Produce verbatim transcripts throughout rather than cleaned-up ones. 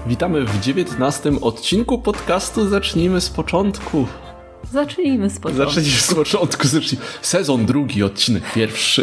Witamy w dziewiętnastym odcinku podcastu Zacznijmy z początku. Zacznijmy z początku. Zacznijmy z początku. Zacznijmy. Sezon drugi, odcinek pierwszy.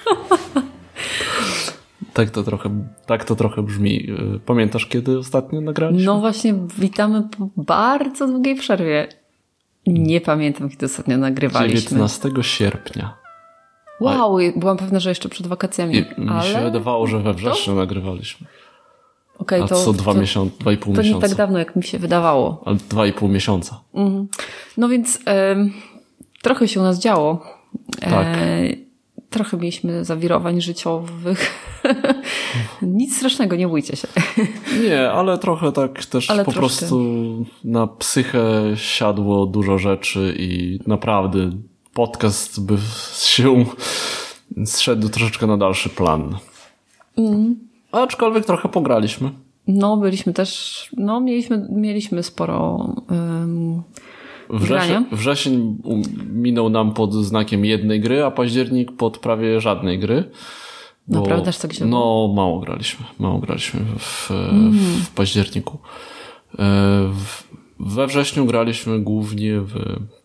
tak, to trochę, tak to trochę brzmi. Pamiętasz, kiedy ostatnio nagraliśmy? No właśnie, witamy po bardzo długiej przerwie. Nie pamiętam, kiedy ostatnio nagrywaliśmy. dziewiętnastego sierpnia. Wow, A... byłam pewna, że jeszcze przed wakacjami. I, mi ale... się wydawało, że we wrześniu to... nagrywaliśmy. Okay, A to, co dwa to, miesiące, dwa i pół to miesiąca. nie tak dawno, jak mi się wydawało. Ale dwa i pół miesiąca. Mhm. No więc e, trochę się u nas działo. Tak. E, trochę mieliśmy zawirowań życiowych. Nic strasznego, nie bójcie się. Nie, ale trochę tak też ale po troszkę. prostu na psychę siadło dużo rzeczy i naprawdę podcast by się zszedł troszeczkę na dalszy plan. Mm. Aczkolwiek trochę pograliśmy. No, byliśmy też, no mieliśmy, mieliśmy sporo um, Wrzesień, wrzesień minął nam pod znakiem jednej gry, a październik pod prawie żadnej gry. Bo, Naprawdę aż tak się No, mało graliśmy. Mało graliśmy w, mm. w październiku. W, we wrześniu graliśmy głównie w,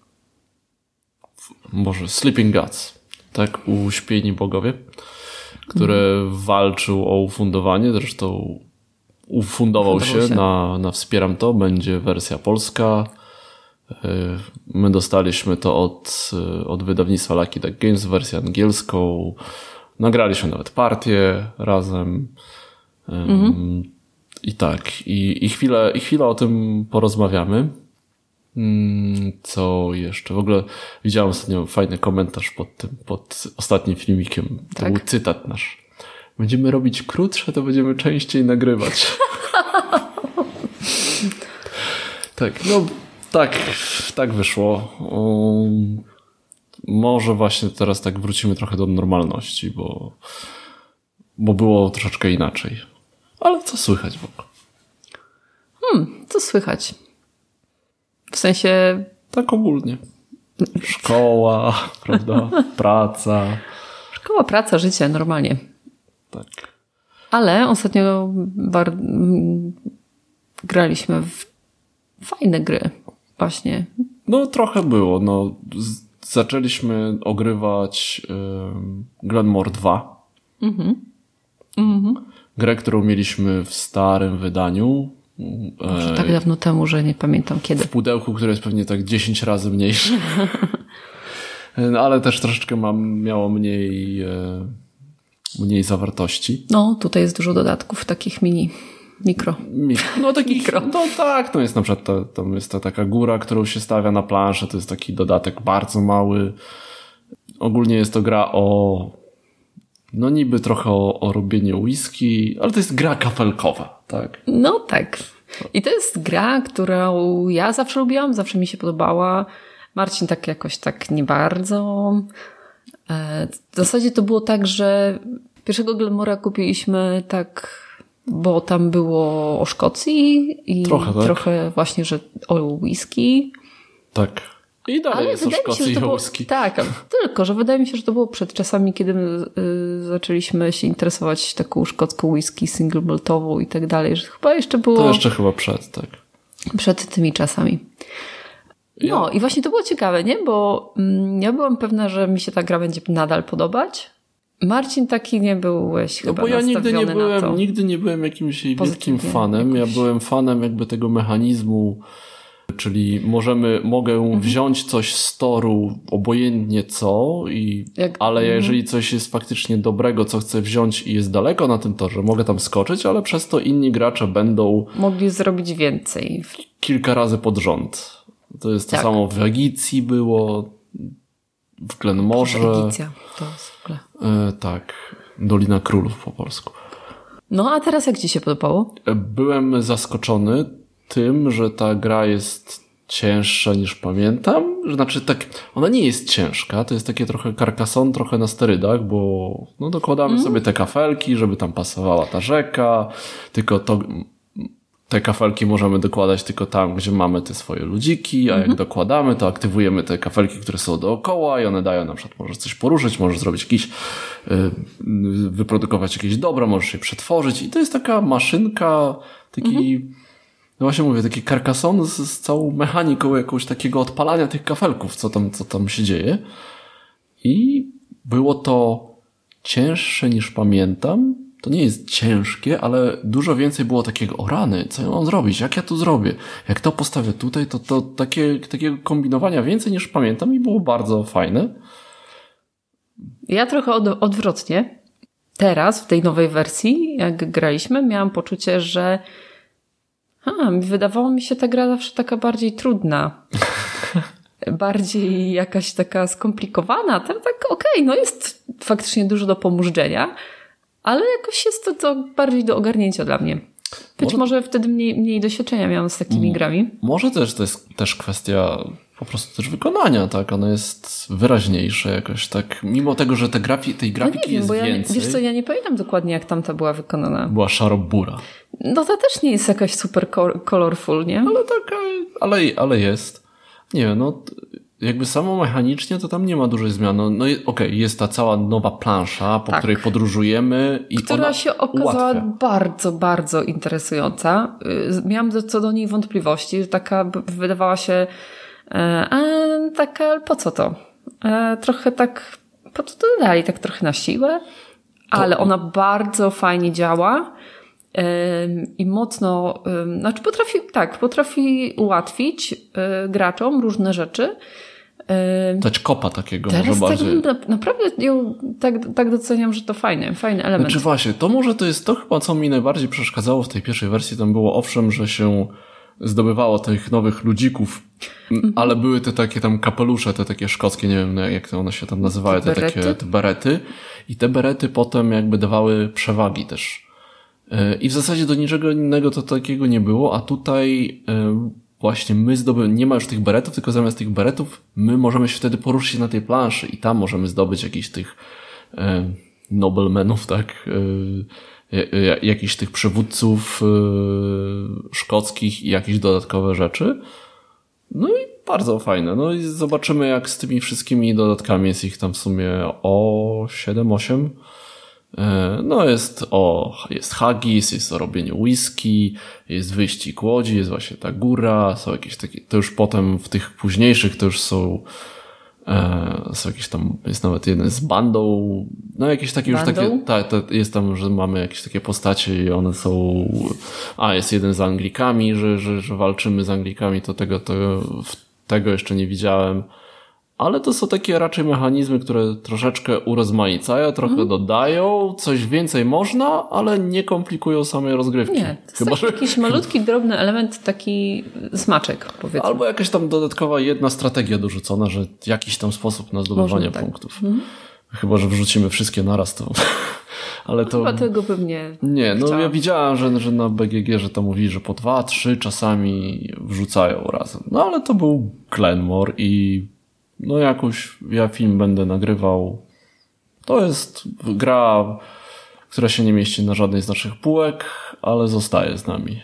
w może Sleeping Gods, tak, Uśpieni Bogowie, które mm. walczył o ufundowanie, zresztą ufundował, ufundował się, się. Na, na Wspieram To, będzie wersja polska. My dostaliśmy to od, od wydawnictwa Lucky Duck Games, wersję angielską. Nagraliśmy nawet partię razem. Mm-hmm. I tak. I, i, chwilę, I chwilę o tym porozmawiamy. Co jeszcze? W ogóle widziałem ostatnio fajny komentarz pod tym, pod ostatnim filmikiem. To tak? Był cytat nasz. Będziemy robić krótsze, to będziemy częściej nagrywać. tak, no tak, tak wyszło. Um, może właśnie teraz tak wrócimy trochę do normalności, bo, bo było troszeczkę inaczej. Ale co słychać w ogóle? Hmm, co słychać? W sensie... Tak ogólnie. Szkoła, prawda? Praca. Szkoła, praca, życie, normalnie. Tak. Ale ostatnio bar... graliśmy w fajne gry. Właśnie. No trochę było. No, z- zaczęliśmy ogrywać um, Glenmore dwa. Mhm. Mhm. Grę, którą mieliśmy w starym wydaniu. Może tak dawno temu, że nie pamiętam kiedy. W pudełku, które jest pewnie tak dziesięć razy mniejsze. no, ale też troszeczkę mam, miało mniej, e, mniej zawartości. No, tutaj jest dużo dodatków, takich mini, mikro. mikro. No takich, mikro. No tak, to jest na przykład to, to jest ta taka góra, którą się stawia na planszę, to jest taki dodatek bardzo mały. Ogólnie jest to gra o no niby trochę o, o robieniu whisky, ale to jest gra kafelkowa, tak? No tak. I to jest gra, którą ja zawsze lubiłam, zawsze mi się podobała. Marcin tak jakoś tak nie bardzo. W zasadzie to było tak, że pierwszego Glenmore'a kupiliśmy tak, bo tam było o Szkocji i trochę, tak? trochę właśnie, że o whisky. Tak. I dalej ale jest o Szkocji i o whisky. Tak, tylko, że wydaje mi się, że to było przed czasami, kiedy my, y, zaczęliśmy się interesować taką szkocką whisky single maltową i tak dalej, że chyba jeszcze było... To jeszcze chyba przed, tak. Przed tymi czasami. No ja. I właśnie to było ciekawe, nie? Bo mm, ja byłam pewna, że mi się ta gra będzie nadal podobać. Marcin taki nie byłeś no chyba bo ja nigdy nie byłem, na nigdy nie byłem jakimś jej wielkim fanem. Jakoś. Ja byłem fanem jakby tego mechanizmu, czyli możemy, mogę mhm. wziąć coś z toru obojętnie co, i, Jak, ale mhm. jeżeli coś jest faktycznie dobrego, co chcę wziąć i jest daleko na tym torze, mogę tam skoczyć, ale przez to inni gracze będą mogli zrobić więcej. Kilka razy pod rząd. To jest to tak. samo w Egicji było, w Glenmorze. Egicja, to jest w ogóle. E, tak, Dolina Królów po polsku. No a teraz jak ci się podobało? Byłem zaskoczony tym, że ta gra jest cięższa niż pamiętam. Znaczy tak, ona nie jest ciężka, to jest takie trochę Carcassonne, trochę na sterydach, bo no dokładamy mm. sobie te kafelki, żeby tam pasowała ta rzeka, tylko to te kafelki możemy dokładać tylko tam, gdzie mamy te swoje ludziki, a jak mhm. dokładamy, to aktywujemy te kafelki, które są dookoła i one dają na przykład, możesz coś poruszyć, możesz zrobić jakiś, yy, wyprodukować jakieś dobro, możesz je przetworzyć i to jest taka maszynka, taki, mhm. no właśnie mówię, taki Carcassonne z, z całą mechaniką jakąś takiego odpalania tych kafelków, co tam, co tam się dzieje. I było to cięższe niż pamiętam. To nie jest ciężkie, ale dużo więcej było takiego, o rany, co ja mam zrobić, jak ja to zrobię, jak to postawię tutaj, to, to takie, takiego kombinowania więcej niż pamiętam i było bardzo fajne. Ja trochę od, odwrotnie. Teraz, w tej nowej wersji, jak graliśmy, miałam poczucie, że a, wydawało mi się ta gra zawsze taka bardziej trudna. Bardziej jakaś taka skomplikowana. Tam tak okej, okay, no jest faktycznie dużo do pomóżdżenia, ale jakoś jest to, to bardziej do ogarnięcia dla mnie. Być może, może wtedy mniej, mniej doświadczenia miałam z takimi m- grami. Może też to jest też kwestia po prostu też wykonania, tak? Ono jest wyraźniejsze jakoś tak, mimo tego, że te grafi- tej grafiki no nie wiem, jest bo ja, więcej. Wiesz co, ja nie pamiętam dokładnie, jak tamta była wykonana. Była szarobura. No to też nie jest jakaś super colorful, nie? Ale taka, ale, ale jest. Nie wiem, no jakby samo mechanicznie to tam nie ma dużej zmian. No, no okej, okay, jest ta cała nowa plansza, po tak. której podróżujemy i która ona się okazała ułatwia. bardzo, bardzo interesująca. Miałam co do niej wątpliwości, że taka wydawała się a taka, po co to? E, trochę tak, po co to dodali? Tak trochę na siłę, ale to... ona bardzo fajnie działa e, i mocno, e, znaczy potrafi, tak, potrafi ułatwić e, graczom różne rzeczy. E, Dać kopa takiego teraz może bardziej. Tak, naprawdę ją tak, tak doceniam, że to fajny, fajny element. Znaczy właśnie, to może to jest to chyba, co mi najbardziej przeszkadzało w tej pierwszej wersji. Tam było owszem, że się zdobywało tych nowych ludzików, mm-hmm. ale były te takie tam kapelusze, te takie szkockie, nie wiem jak to one się tam nazywały, te, te takie te berety. I te berety potem jakby dawały przewagi też. I w zasadzie do niczego innego to takiego nie było, a tutaj właśnie my zdobywamy, nie ma już tych beretów, tylko zamiast tych beretów my możemy się wtedy poruszyć na tej planszy i tam możemy zdobyć jakichś tych noblemenów, tak, jakichś tych przywódców szkockich i jakieś dodatkowe rzeczy. No i bardzo fajne. No i zobaczymy, jak z tymi wszystkimi dodatkami, jest ich tam w sumie o siedem, osiem. No jest o, jest haggis, jest o robieniu whisky, jest wyścig łodzi, jest właśnie ta góra, są jakieś takie, to już potem w tych późniejszych to już są e, są jakieś tam, jest nawet jeden z bandą, no jakieś takie bandą? Już takie, tak, to jest tam, że mamy jakieś takie postacie i one są, a jest jeden z Anglikami, że, że, że walczymy z Anglikami, to tego, to, tego jeszcze nie widziałem. Ale to są takie raczej mechanizmy, które troszeczkę urozmaicają, trochę mm. dodają, coś więcej można, ale nie komplikują samej rozgrywki. Nie, to Chyba, jest że... jakiś malutki, drobny element, taki smaczek, powiedzmy. Albo jakaś tam dodatkowa jedna strategia dorzucona, że jakiś tam sposób na zdobywanie Można, punktów. Tak. Mm. Chyba, że wrzucimy wszystkie naraz, to... ale to... Chyba tego bym nie Nie, no chciała. Ja widziałem, że, że na B G G, że to mówili, że po dwa, trzy czasami wrzucają razem. No ale to był Glenmore i no jakoś ja film będę nagrywał. To jest gra, która się nie mieści na żadnej z naszych półek, ale zostaje z nami.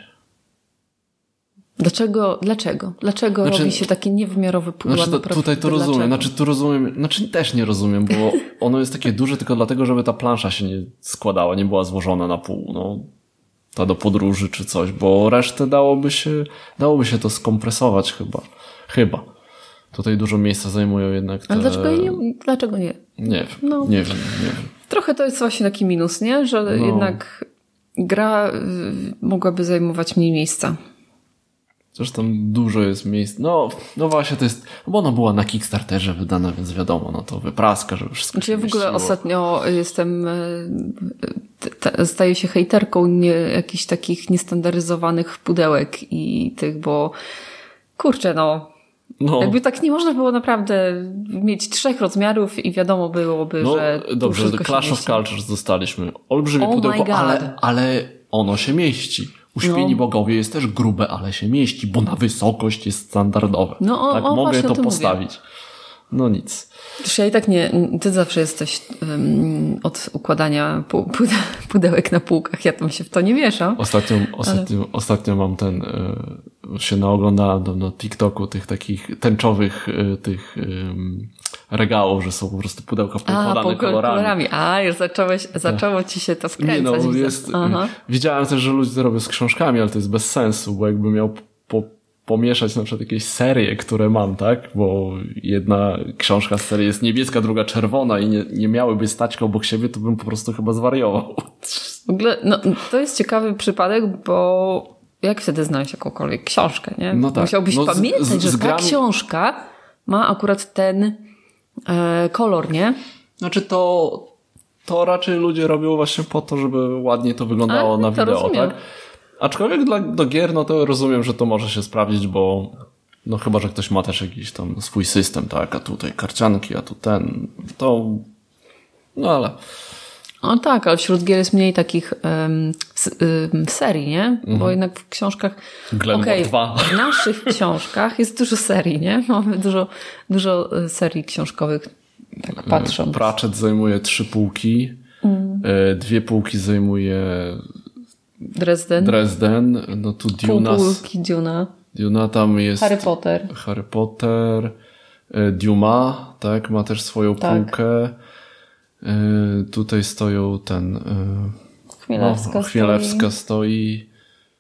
Dlaczego? Dlaczego? Dlaczego znaczy, robi się takie niewymiarowe pudła? Znaczy, to, tutaj to rozumiem. Dlaczego? Znaczy, tu rozumiem. Znaczy, też nie rozumiem, bo ono jest takie duże tylko dlatego, żeby ta plansza się nie składała, nie była złożona na pół. No, ta do podróży czy coś, bo resztę dałoby się, dałoby się to skompresować chyba. Chyba. Tutaj dużo miejsca zajmują jednak te... Ale dlaczego nie? Dlaczego nie? Nie wiem, no, nie wiem, nie wiem. Trochę to jest właśnie taki minus, nie? Że no. jednak gra mogłaby zajmować mniej miejsca. Zresztą dużo jest miejsc. No, no właśnie to jest, bo ona była na Kickstarterze wydana, więc wiadomo, no to wypraska, żeby wszystko znaczy, się ja w ogóle ostatnio jestem, staję się hejterką nie, jakichś takich niestandaryzowanych pudełek i tych, bo kurczę, no, no. Jakby tak nie można było naprawdę mieć trzech rozmiarów i wiadomo byłoby, no, że... Dobrze, Clash of Cultures dostaliśmy. Olbrzymie oh pudełko, ale, ale ono się mieści. Uśpieni no. bogowie jest też grube, ale się mieści, bo na wysokość jest standardowe. No, o, tak o, mogę to postawić. Mówię. No nic. Przecież ja i tak nie... Ty zawsze jesteś um, od układania pu, pu, pudełek na półkach. Ja tam się w to nie mieszam. Ostatnio, ostatnio, ale... ostatnio mam ten, y, się naoglądałem na, na TikToku tych takich tęczowych y, tych y, regałów, że są po prostu pudełka poukładane kolorami. kolorami. A, już zacząłeś, zaczęło ci się to wkręcać. Nie no, jest, widziałem też, że ludzie to robią z książkami, ale to jest bez sensu, bo jakby miał po, pomieszać na przykład jakieś serie, które mam, tak? Bo jedna książka z serii jest niebieska, druga czerwona i nie, nie miałyby stać obok siebie, to bym po prostu chyba zwariował. W ogóle, no, to jest ciekawy przypadek, bo jak wtedy znaleźć jakąkolwiek książkę, nie? No tak. Musiałbyś no pamiętać, z, z, że z ta grami... książka ma akurat ten e, kolor, nie? Znaczy to, to raczej ludzie robią właśnie po to, żeby ładnie to wyglądało A, na to wideo, rozumiem. Tak? Aczkolwiek dla, do gier, no to rozumiem, że to może się sprawdzić, bo no chyba, że ktoś ma też jakiś tam swój system, tak, a tutaj karcianki, a tu ten, to no ale... No tak, ale wśród gier jest mniej takich um, s, um, serii, nie? Mhm. Bo jednak w książkach... Okej, okay, w naszych książkach jest dużo serii, nie? Mamy dużo, dużo serii książkowych, tak patrząc. Pratchett zajmuje trzy półki, mm. dwie półki zajmuje... Dresden. Dresden, no tu Duna. Półki Duna. Duna tam jest... Harry Potter. Harry Potter. Dumas, tak, ma też swoją tak. półkę. Y, tutaj stoją ten... Y, Chmielewska, no, Chmielewska stoi. stoi.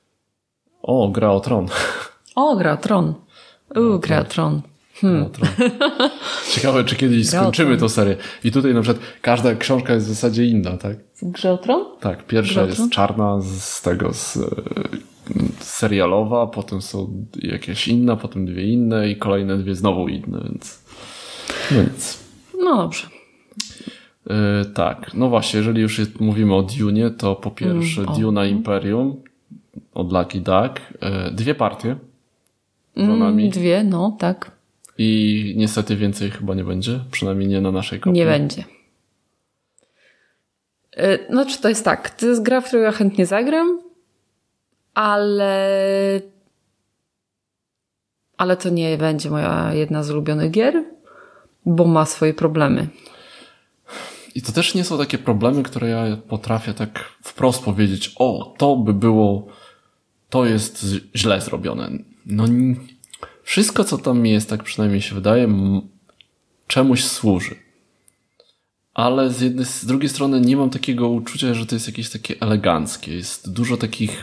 O, Gra o Tron. O, Gra o Tron. Uuu, Gra o Tron. Hmm. Ciekawe, czy kiedyś Gra skończymy tę serię. I tutaj na przykład każda książka jest w zasadzie inna, tak? Grze o Tron? Tak, pierwsza jest czarna z tego, z, z serialowa, potem są jakieś inne, potem dwie inne i kolejne dwie znowu inne, więc no nic. No dobrze. Yy, tak, no właśnie, jeżeli już jest, mówimy o Dunie, to po pierwsze mm, Duna Imperium od Lucky Duck, yy, dwie partie za nami. Mm, dwie, no tak. I niestety więcej chyba nie będzie, przynajmniej nie na naszej kopii. Nie będzie. Yy, znaczy to jest tak, to jest gra, w którą ja chętnie zagram, ale ale to nie będzie moja jedna z ulubionych gier, bo ma swoje problemy. I to też nie są takie problemy, które ja potrafię tak wprost powiedzieć, o, to by było, to jest źle zrobione. No wszystko, co tam jest, tak przynajmniej się wydaje, czemuś służy. Ale z jednej, z drugiej strony nie mam takiego uczucia, że to jest jakieś takie eleganckie. Jest dużo takich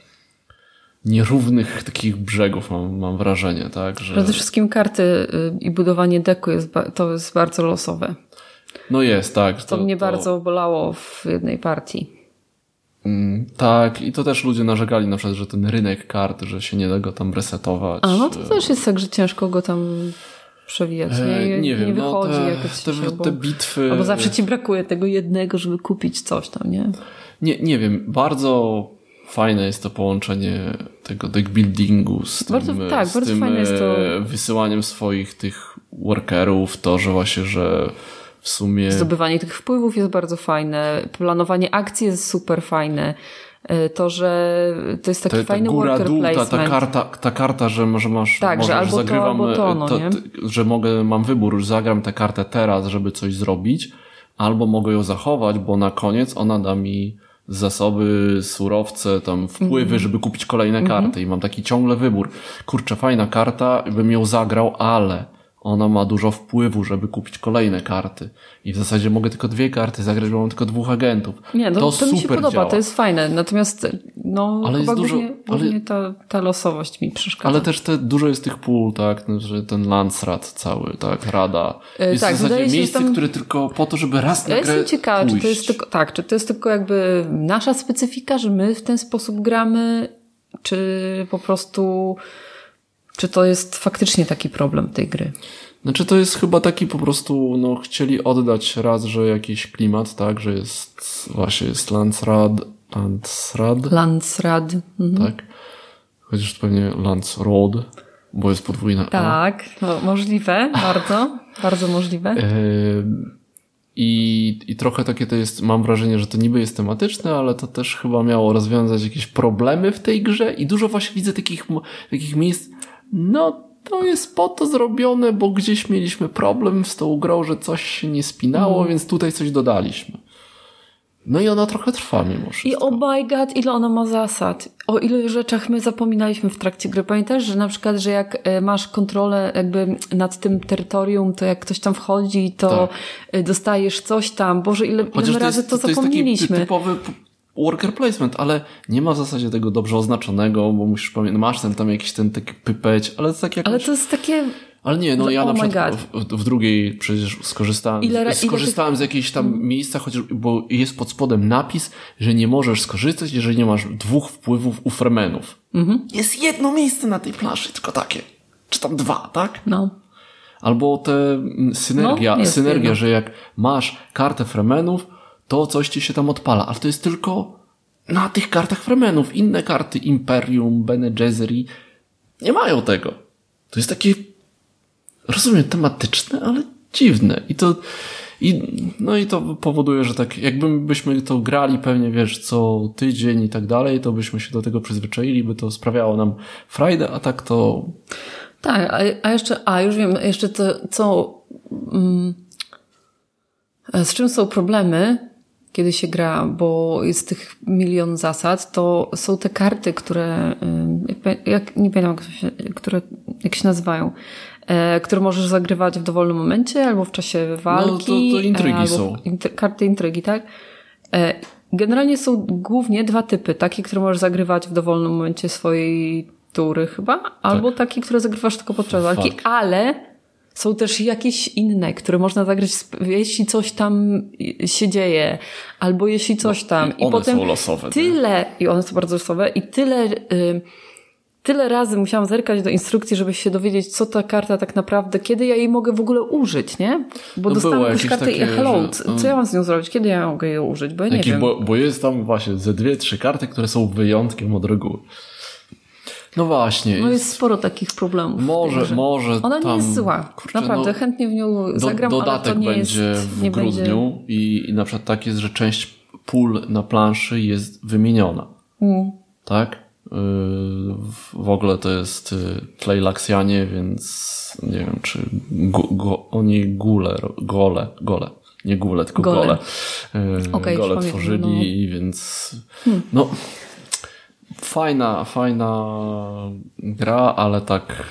nierównych takich brzegów, mam, mam wrażenie, tak? Że... Przede wszystkim karty i budowanie deku jest, to jest bardzo losowe. No jest, tak. To, to mnie to... bardzo bolało w jednej partii. Mm, tak, i to też ludzie narzekali na przykład, że ten rynek kart, że się nie da go tam resetować. A no to też jest tak, że ciężko go tam przewijać. Nie, e, nie, wiem, nie wychodzi no te, jakoś te, się, te bitwy... Albo zawsze ci brakuje tego jednego, żeby kupić coś tam, nie? Nie, nie wiem, bardzo fajne jest to połączenie tego deckbuildingu z tym, bardzo, tak, z bardzo tym fajne jest to... wysyłaniem swoich tych workerów, to, że właśnie, że w sumie... Zdobywanie tych wpływów jest bardzo fajne, planowanie akcji jest super fajne, to, że to jest taki ta, ta fajny góra, worker dół, placement. Ta, ta, karta, ta karta, że może masz... Tak, że albo zagrywam, to, albo to, no, to, nie? to, że mogę, mam wybór, już zagram tę kartę teraz, żeby coś zrobić, albo mogę ją zachować, bo na koniec ona da mi zasoby, surowce, tam wpływy, mm. żeby kupić kolejne karty mm-hmm. i mam taki ciągle wybór. Kurczę, fajna karta, bym ją zagrał, ale ona ma dużo wpływu, żeby kupić kolejne karty. I w zasadzie mogę tylko dwie karty zagrać, bo mam tylko dwóch agentów. Nie, no, to, to, to super mi się podoba, działa. To jest fajne. Natomiast no ale chyba jest głównie, dużo, głównie ale, ta, ta losowość mi przeszkadza. Ale też te, dużo jest tych pól, tak, no, że ten Landsrat cały, tak, Rada. Jest tak, w zasadzie się, miejsce, tam... które tylko po to, żeby raz na ja grę jestem ciekawa, pójść. czy to jest tylko, tak, czy to jest tylko jakby nasza specyfika, że my w ten sposób gramy, czy po prostu, czy to jest faktycznie taki problem tej gry? Znaczy to jest chyba taki po prostu, no chcieli oddać raz, że jakiś klimat, tak, że jest właśnie jest Landsrad, Landsrad. Landsrad. Mhm. Tak. Chociaż to pewnie Landsroad, bo jest podwójna. Tak, no, możliwe, bardzo, bardzo możliwe. Yy, i, I trochę takie to jest, mam wrażenie, że to niby jest tematyczne, ale to też chyba miało rozwiązać jakieś problemy w tej grze i dużo właśnie widzę takich, takich miejsc, no to jest po to zrobione, bo gdzieś mieliśmy problem z tą grą, że coś się nie spinało, mm. więc tutaj coś dodaliśmy. No i ona trochę trwa mimo wszystko. I oh my god, ile ona ma zasad. O ilu rzeczach my zapominaliśmy w trakcie gry. Pamiętasz, że na przykład, że jak masz kontrolę jakby nad tym terytorium, to jak ktoś tam wchodzi, to tak. dostajesz coś tam. Boże, ile, ile razy jest, to, to zapomnieliśmy. To jest taki typowy worker placement, ale nie ma w zasadzie tego dobrze oznaczonego, bo musisz pamiętać, masz ten tam jakiś ten taki pypeć, ale to tak jakoś... Ale to jest takie... Ale nie, no że, ja oh na przykład w, w drugiej przecież skorzystałem, ile, skorzystałem ile tych... z jakiejś tam hmm. miejsca, chociaż, bo jest pod spodem napis, że nie możesz skorzystać, jeżeli nie masz dwóch wpływów u Fremenów. Mhm. Jest jedno miejsce na tej planszy, tylko takie. Czy tam dwa, tak? No. Albo te synergia, no, synergia, jedno. Że jak masz kartę Fremenów, to coś ci się tam odpala, ale to jest tylko na tych kartach Fremenów. Inne karty Imperium, Bene Gesserit nie mają tego. To jest takie, rozumiem, tematyczne, ale dziwne. I to, i, no i to powoduje, że tak, jakbyśmy to grali pewnie, wiesz, co tydzień i tak dalej, to byśmy się do tego przyzwyczaili, by to sprawiało nam frajdę, a tak to... Tak, a, a jeszcze, a już wiem, jeszcze to, co, mm, z czym są problemy, kiedy się gra, bo jest tych milion zasad, to są te karty, które, jak, nie pamiętam, jak, się, które, jak się nazywają, e, które możesz zagrywać w dowolnym momencie, albo w czasie walki. No to, to intrygi są. Intry, karty intrygi, tak? E, generalnie są głównie dwa typy. Takie, które możesz zagrywać w dowolnym momencie swojej tury chyba, albo tak. Takie, które zagrywasz tylko podczas walki, Fakt. Ale są też jakieś inne, które można zagrać, jeśli coś tam się dzieje, albo jeśli coś tam. No, i, I one potem są losowe. Tyle, nie? I one są bardzo losowe, i tyle, y, tyle razy musiałam zerkać do instrukcji, żeby się dowiedzieć, co ta karta tak naprawdę, kiedy ja jej mogę w ogóle użyć, nie? Bo no dostałam jakąś kartę takie, i hello, że, co ja mam z nią zrobić? Kiedy ja mogę jej użyć? Bo ja nie jakich, wiem. Bo, bo jest tam właśnie ze dwie, trzy karty, które są wyjątkiem od reguły. No właśnie. No jest sporo takich problemów. Może, może Ona tam, nie jest zła. Kurczę, naprawdę, no, chętnie w nią zagram, do, dodatek ale to nie będzie jest, w nie grudniu będzie... i, i na przykład tak jest, że część pól na planszy jest wymieniona. Mm. Tak? Yy, w ogóle to jest Tleilaxianie, więc nie wiem, czy go, go, oni gule, gole, gole. Nie gule, tylko gole. Gole, yy, okay, gole tworzyli, no. Więc hmm. no... Fajna, fajna gra, ale tak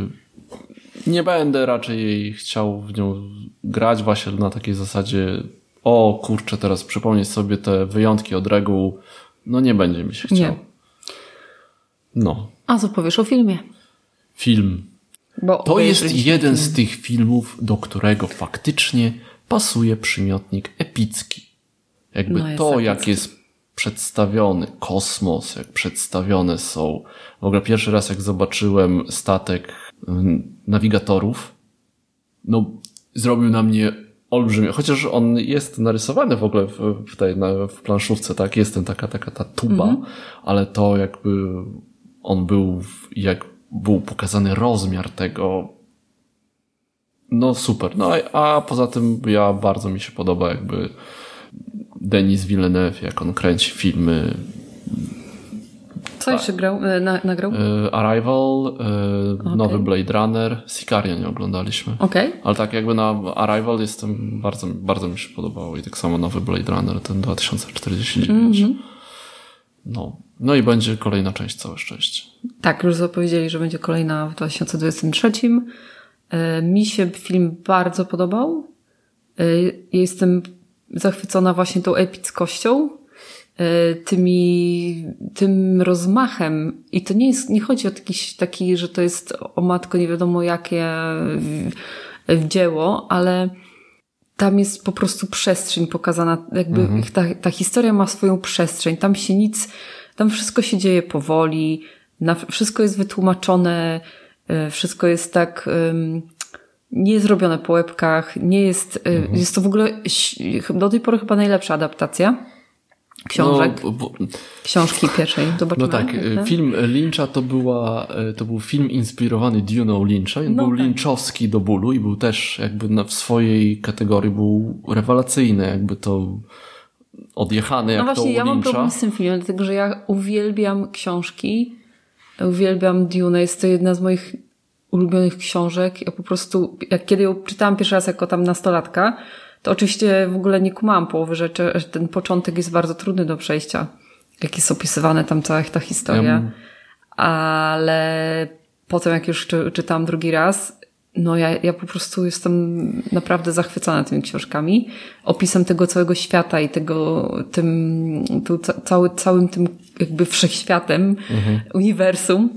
yy, nie będę raczej jej chciał w nią grać właśnie na takiej zasadzie o kurczę, teraz przypomnieć sobie te wyjątki od reguł. No nie będzie mi się chciał. Nie. No. A co powiesz o filmie? Film. Bo to jest jeden film. Z tych filmów, do którego faktycznie pasuje przymiotnik epicki. Jakby no to, epicki. Jak jest przedstawiony kosmos, jak przedstawione są. W ogóle pierwszy raz jak zobaczyłem statek nawigatorów, no zrobił na mnie olbrzymie, chociaż on jest narysowany w ogóle w, w tej na, w planszówce, tak? Jest ten taka, taka ta tuba, mm-hmm. ale to jakby on był, jak był pokazany rozmiar tego, no super. No a poza tym ja bardzo mi się podoba jakby Denis Villeneuve, jak on kręci filmy. Co tak. jeszcze grał, na, nagrał? Arrival, okay. Nowy Blade Runner, Sicaria nie oglądaliśmy. Okay. Ale tak jakby na Arrival jestem, bardzo, bardzo mi się podobało i tak samo Nowy Blade Runner, ten dwa tysiące czterdzieści dziewięć. Mm-hmm. No. no i będzie kolejna część, całe szczęście. Tak, już zapowiedzieli, że będzie kolejna w dwa tysiące dwudziestym trzecim. Mi się film bardzo podobał. Jestem zachwycona właśnie tą epickością, tymi, tym rozmachem. I to nie jest, nie chodzi o jakiś taki, że to jest o matko nie wiadomo jakie w, w dzieło, ale tam jest po prostu przestrzeń pokazana, jakby mhm. ta, ta historia ma swoją przestrzeń. Tam się nic, tam wszystko się dzieje powoli, na, wszystko jest wytłumaczone, wszystko jest tak um, nie zrobione po łebkach, nie jest, mhm. jest to w ogóle do tej pory chyba najlepsza adaptacja książek. No, bo, książki pierwszej. Zobaczymy. No tak, tak, film Lyncha to była, to był film inspirowany Dune'ą Lyncha. On no był tak. lynchowski do bólu i był też jakby na, w swojej kategorii był rewelacyjny, jakby to odjechany jak no to u właśnie, ja Lyncha. mam problem z tym filmem, dlatego że ja uwielbiam książki, uwielbiam Dune, jest to jedna z moich ulubionych książek. Ja po prostu, jak kiedy ją czytałam pierwszy raz jako tam nastolatka, to oczywiście w ogóle nie kumałam połowy rzeczy, że ten początek jest bardzo trudny do przejścia, jak jest opisywana tam cała ta historia. Um. Ale potem jak już czy, czytałam drugi raz, no ja, ja po prostu jestem naprawdę zachwycona tymi książkami, opisem tego całego świata i tego, tym, tu, cały, całym tym jakby wszechświatem, mhm. uniwersum.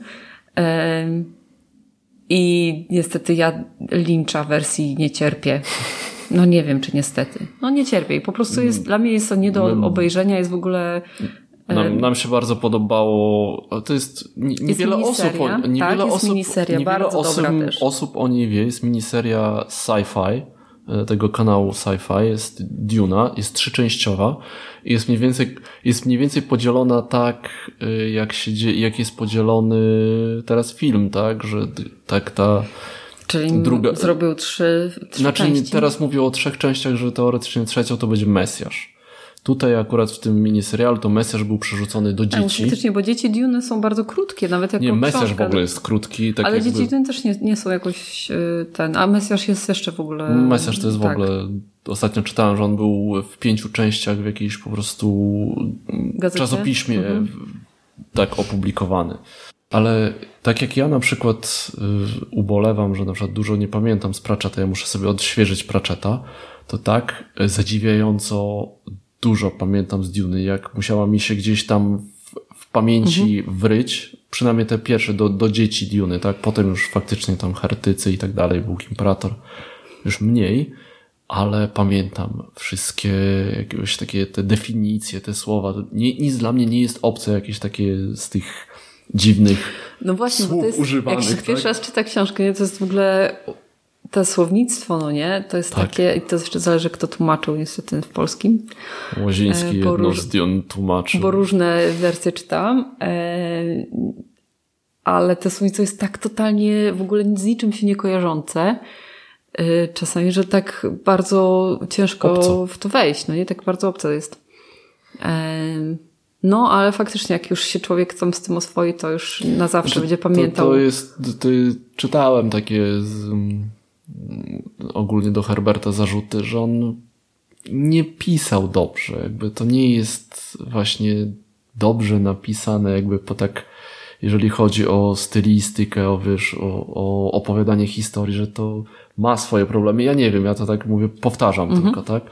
I niestety ja Lyncha wersji nie cierpię. No nie wiem, czy niestety. No nie cierpię i po prostu jest, dla mnie jest to nie do obejrzenia, jest w ogóle... Nam, nam się bardzo podobało, to jest niewiele jest osób, niewiele tak, jest osób, miniseria, niewiele bardzo osób, dobra też. osób o niej wie, jest miniseria Sci-Fi, tego kanału Sci-Fi, jest Duna, jest trzyczęściowa i jest mniej więcej, jest mniej więcej podzielona tak, jak się dzieje, jak jest podzielony teraz film, tak, że tak ta Czyli druga... zrobił trzy, trzy znaczy, części? Teraz mówię o trzech częściach, że teoretycznie trzecią to będzie Mesjasz. Tutaj akurat w tym miniserialu to Mesjasz był przerzucony do dzieci. Faktycznie, bo dzieci Dune są bardzo krótkie, nawet jako Nie, Mesjasz książka. w ogóle jest krótki. Tak ale jakby... dzieci Dune też nie, nie są jakoś ten, a Mesjasz jest jeszcze w ogóle... Mesjasz to jest tak. w ogóle... Ostatnio czytałem, że on był w pięciu częściach w jakiejś po prostu Gazecie? czasopiśmie mhm. tak opublikowany. Ale tak jak ja na przykład y, ubolewam, że na przykład dużo nie pamiętam z Pratchetta, ja muszę sobie odświeżyć Pratchetta, to tak zadziwiająco dużo pamiętam z Duny, jak musiała mi się gdzieś tam w, w pamięci mhm. wryć, przynajmniej te pierwsze do, do dzieci Duny, tak? Potem już faktycznie tam heretycy i tak dalej, Bóg Imperator, już mniej, ale pamiętam wszystkie jakieś takie te definicje, te słowa. Nie, nic dla mnie nie jest obce, jakieś takie z tych dziwnych no właśnie, słów bo to jest, używanych. Jak się tak? pierwszy raz czyta książkę, nie? To jest w ogóle to słownictwo, no nie? To jest tak. takie, i to jeszcze zależy, kto tłumaczył niestety w polskim. Łaziński jedno róż, z Dion tłumaczył. Bo różne wersje czytałam, e, ale to słownictwo jest tak totalnie w ogóle z niczym się nie kojarzące, e, czasami, że tak bardzo ciężko obco. w to wejść, no nie? Tak bardzo obce jest. E, No, ale faktycznie jak już się człowiek tam z tym oswoi, to już na zawsze znaczy, będzie pamiętał. To, to jest, to, czytałem takie z, um, ogólnie do Herberta zarzuty, że on nie pisał dobrze. Jakby to nie jest właśnie dobrze napisane, jakby po tak, jeżeli chodzi o stylistykę, o wiesz, o, o opowiadanie historii, że to ma swoje problemy. Ja nie wiem, ja to tak mówię, powtarzam mhm. tylko, tak?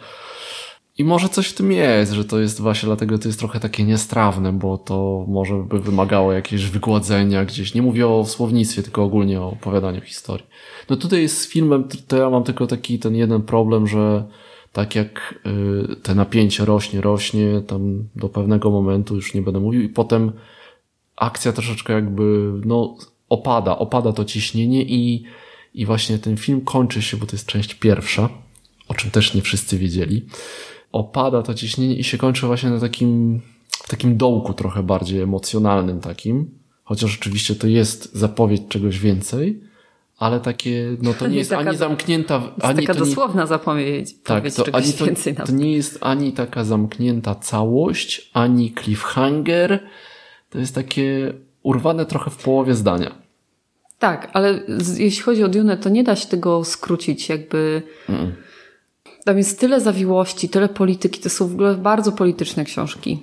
I może coś w tym jest, że to jest właśnie dlatego to jest trochę takie niestrawne, bo to może by wymagało jakiegoś wygładzenia gdzieś. Nie mówię o słownictwie, tylko ogólnie o opowiadaniu historii. No tutaj jest z filmem, to ja mam tylko taki ten jeden problem, że tak jak y, te napięcie rośnie, rośnie, tam do pewnego momentu już nie będę mówił i potem akcja troszeczkę jakby, no, opada, opada to ciśnienie i, i właśnie ten film kończy się, bo to jest część pierwsza, o czym też nie wszyscy wiedzieli. Opada to ciśnienie i się kończy właśnie na takim, w takim dołku trochę bardziej emocjonalnym takim, chociaż oczywiście to jest zapowiedź czegoś więcej, ale takie, no to nie jest taka, ani zamknięta... Jest ani taka to nie, dosłowna zapowiedź. Tak, to, ani to, to nie jest ani taka zamknięta całość, ani cliffhanger, to jest takie urwane trochę w połowie zdania. Tak, ale z, jeśli chodzi o Dune, to nie da się tego skrócić jakby... Mm. Tam jest tyle zawiłości, tyle polityki, to są w ogóle bardzo polityczne książki.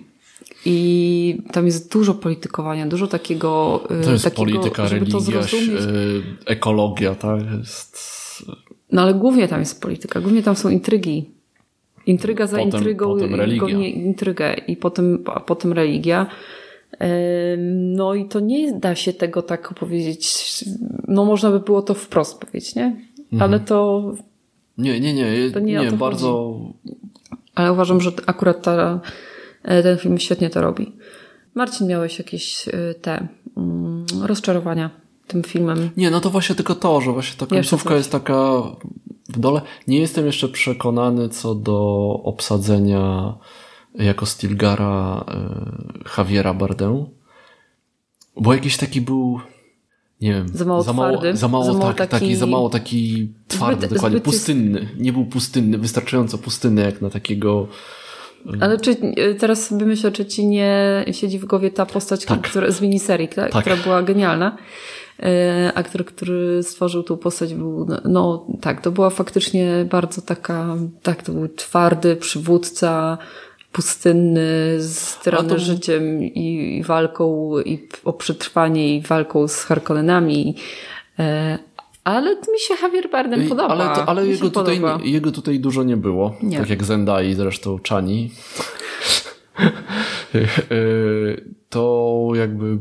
I tam jest dużo politykowania, dużo takiego... To jest takiego, polityka, żeby religia, to zrozumieć. ekologia, tak? Jest... No ale głównie tam jest polityka, głównie tam są intrygi. Intryga za potem, intrygą, potem religia. intrygę i potem, a potem religia. No i to nie da się tego tak opowiedzieć, no można by było to wprost powiedzieć, nie? Mhm. Ale to... Nie, nie, nie, to nie, nie bardzo... Ale uważam, że akurat ta, ten film świetnie to robi. Marcin, miałeś jakieś te um, rozczarowania tym filmem? Nie, no to właśnie tylko to, że właśnie ta końcówka jest taka w dole. Nie jestem jeszcze przekonany co do obsadzenia jako Stilgara y, Javiera Bardem, bo jakiś taki był... Nie wiem, za mało za mało, twardy, za mało, za mało tak, taki, taki, za mało taki twardy, zbyt, dokładnie, zbyt pustynny. Nie był pustynny, wystarczająco pustynny jak na takiego Ale czy teraz sobie myślę, czy ci nie siedzi w głowie ta postać tak. która, z miniserii, tak? tak. która była genialna. Aktor, który stworzył tą postać był, no tak, to była faktycznie bardzo taka, tak, to był twardy przywódca, pustynny, strony to... życiem i, i walką i o przetrwanie i walką z Harkonnenami. Ale mi się Javier Bardem podoba. Ale, to, ale jego, tutaj, jego tutaj dużo nie było. Nie. Tak jak Zendai, zresztą Chani. To jakby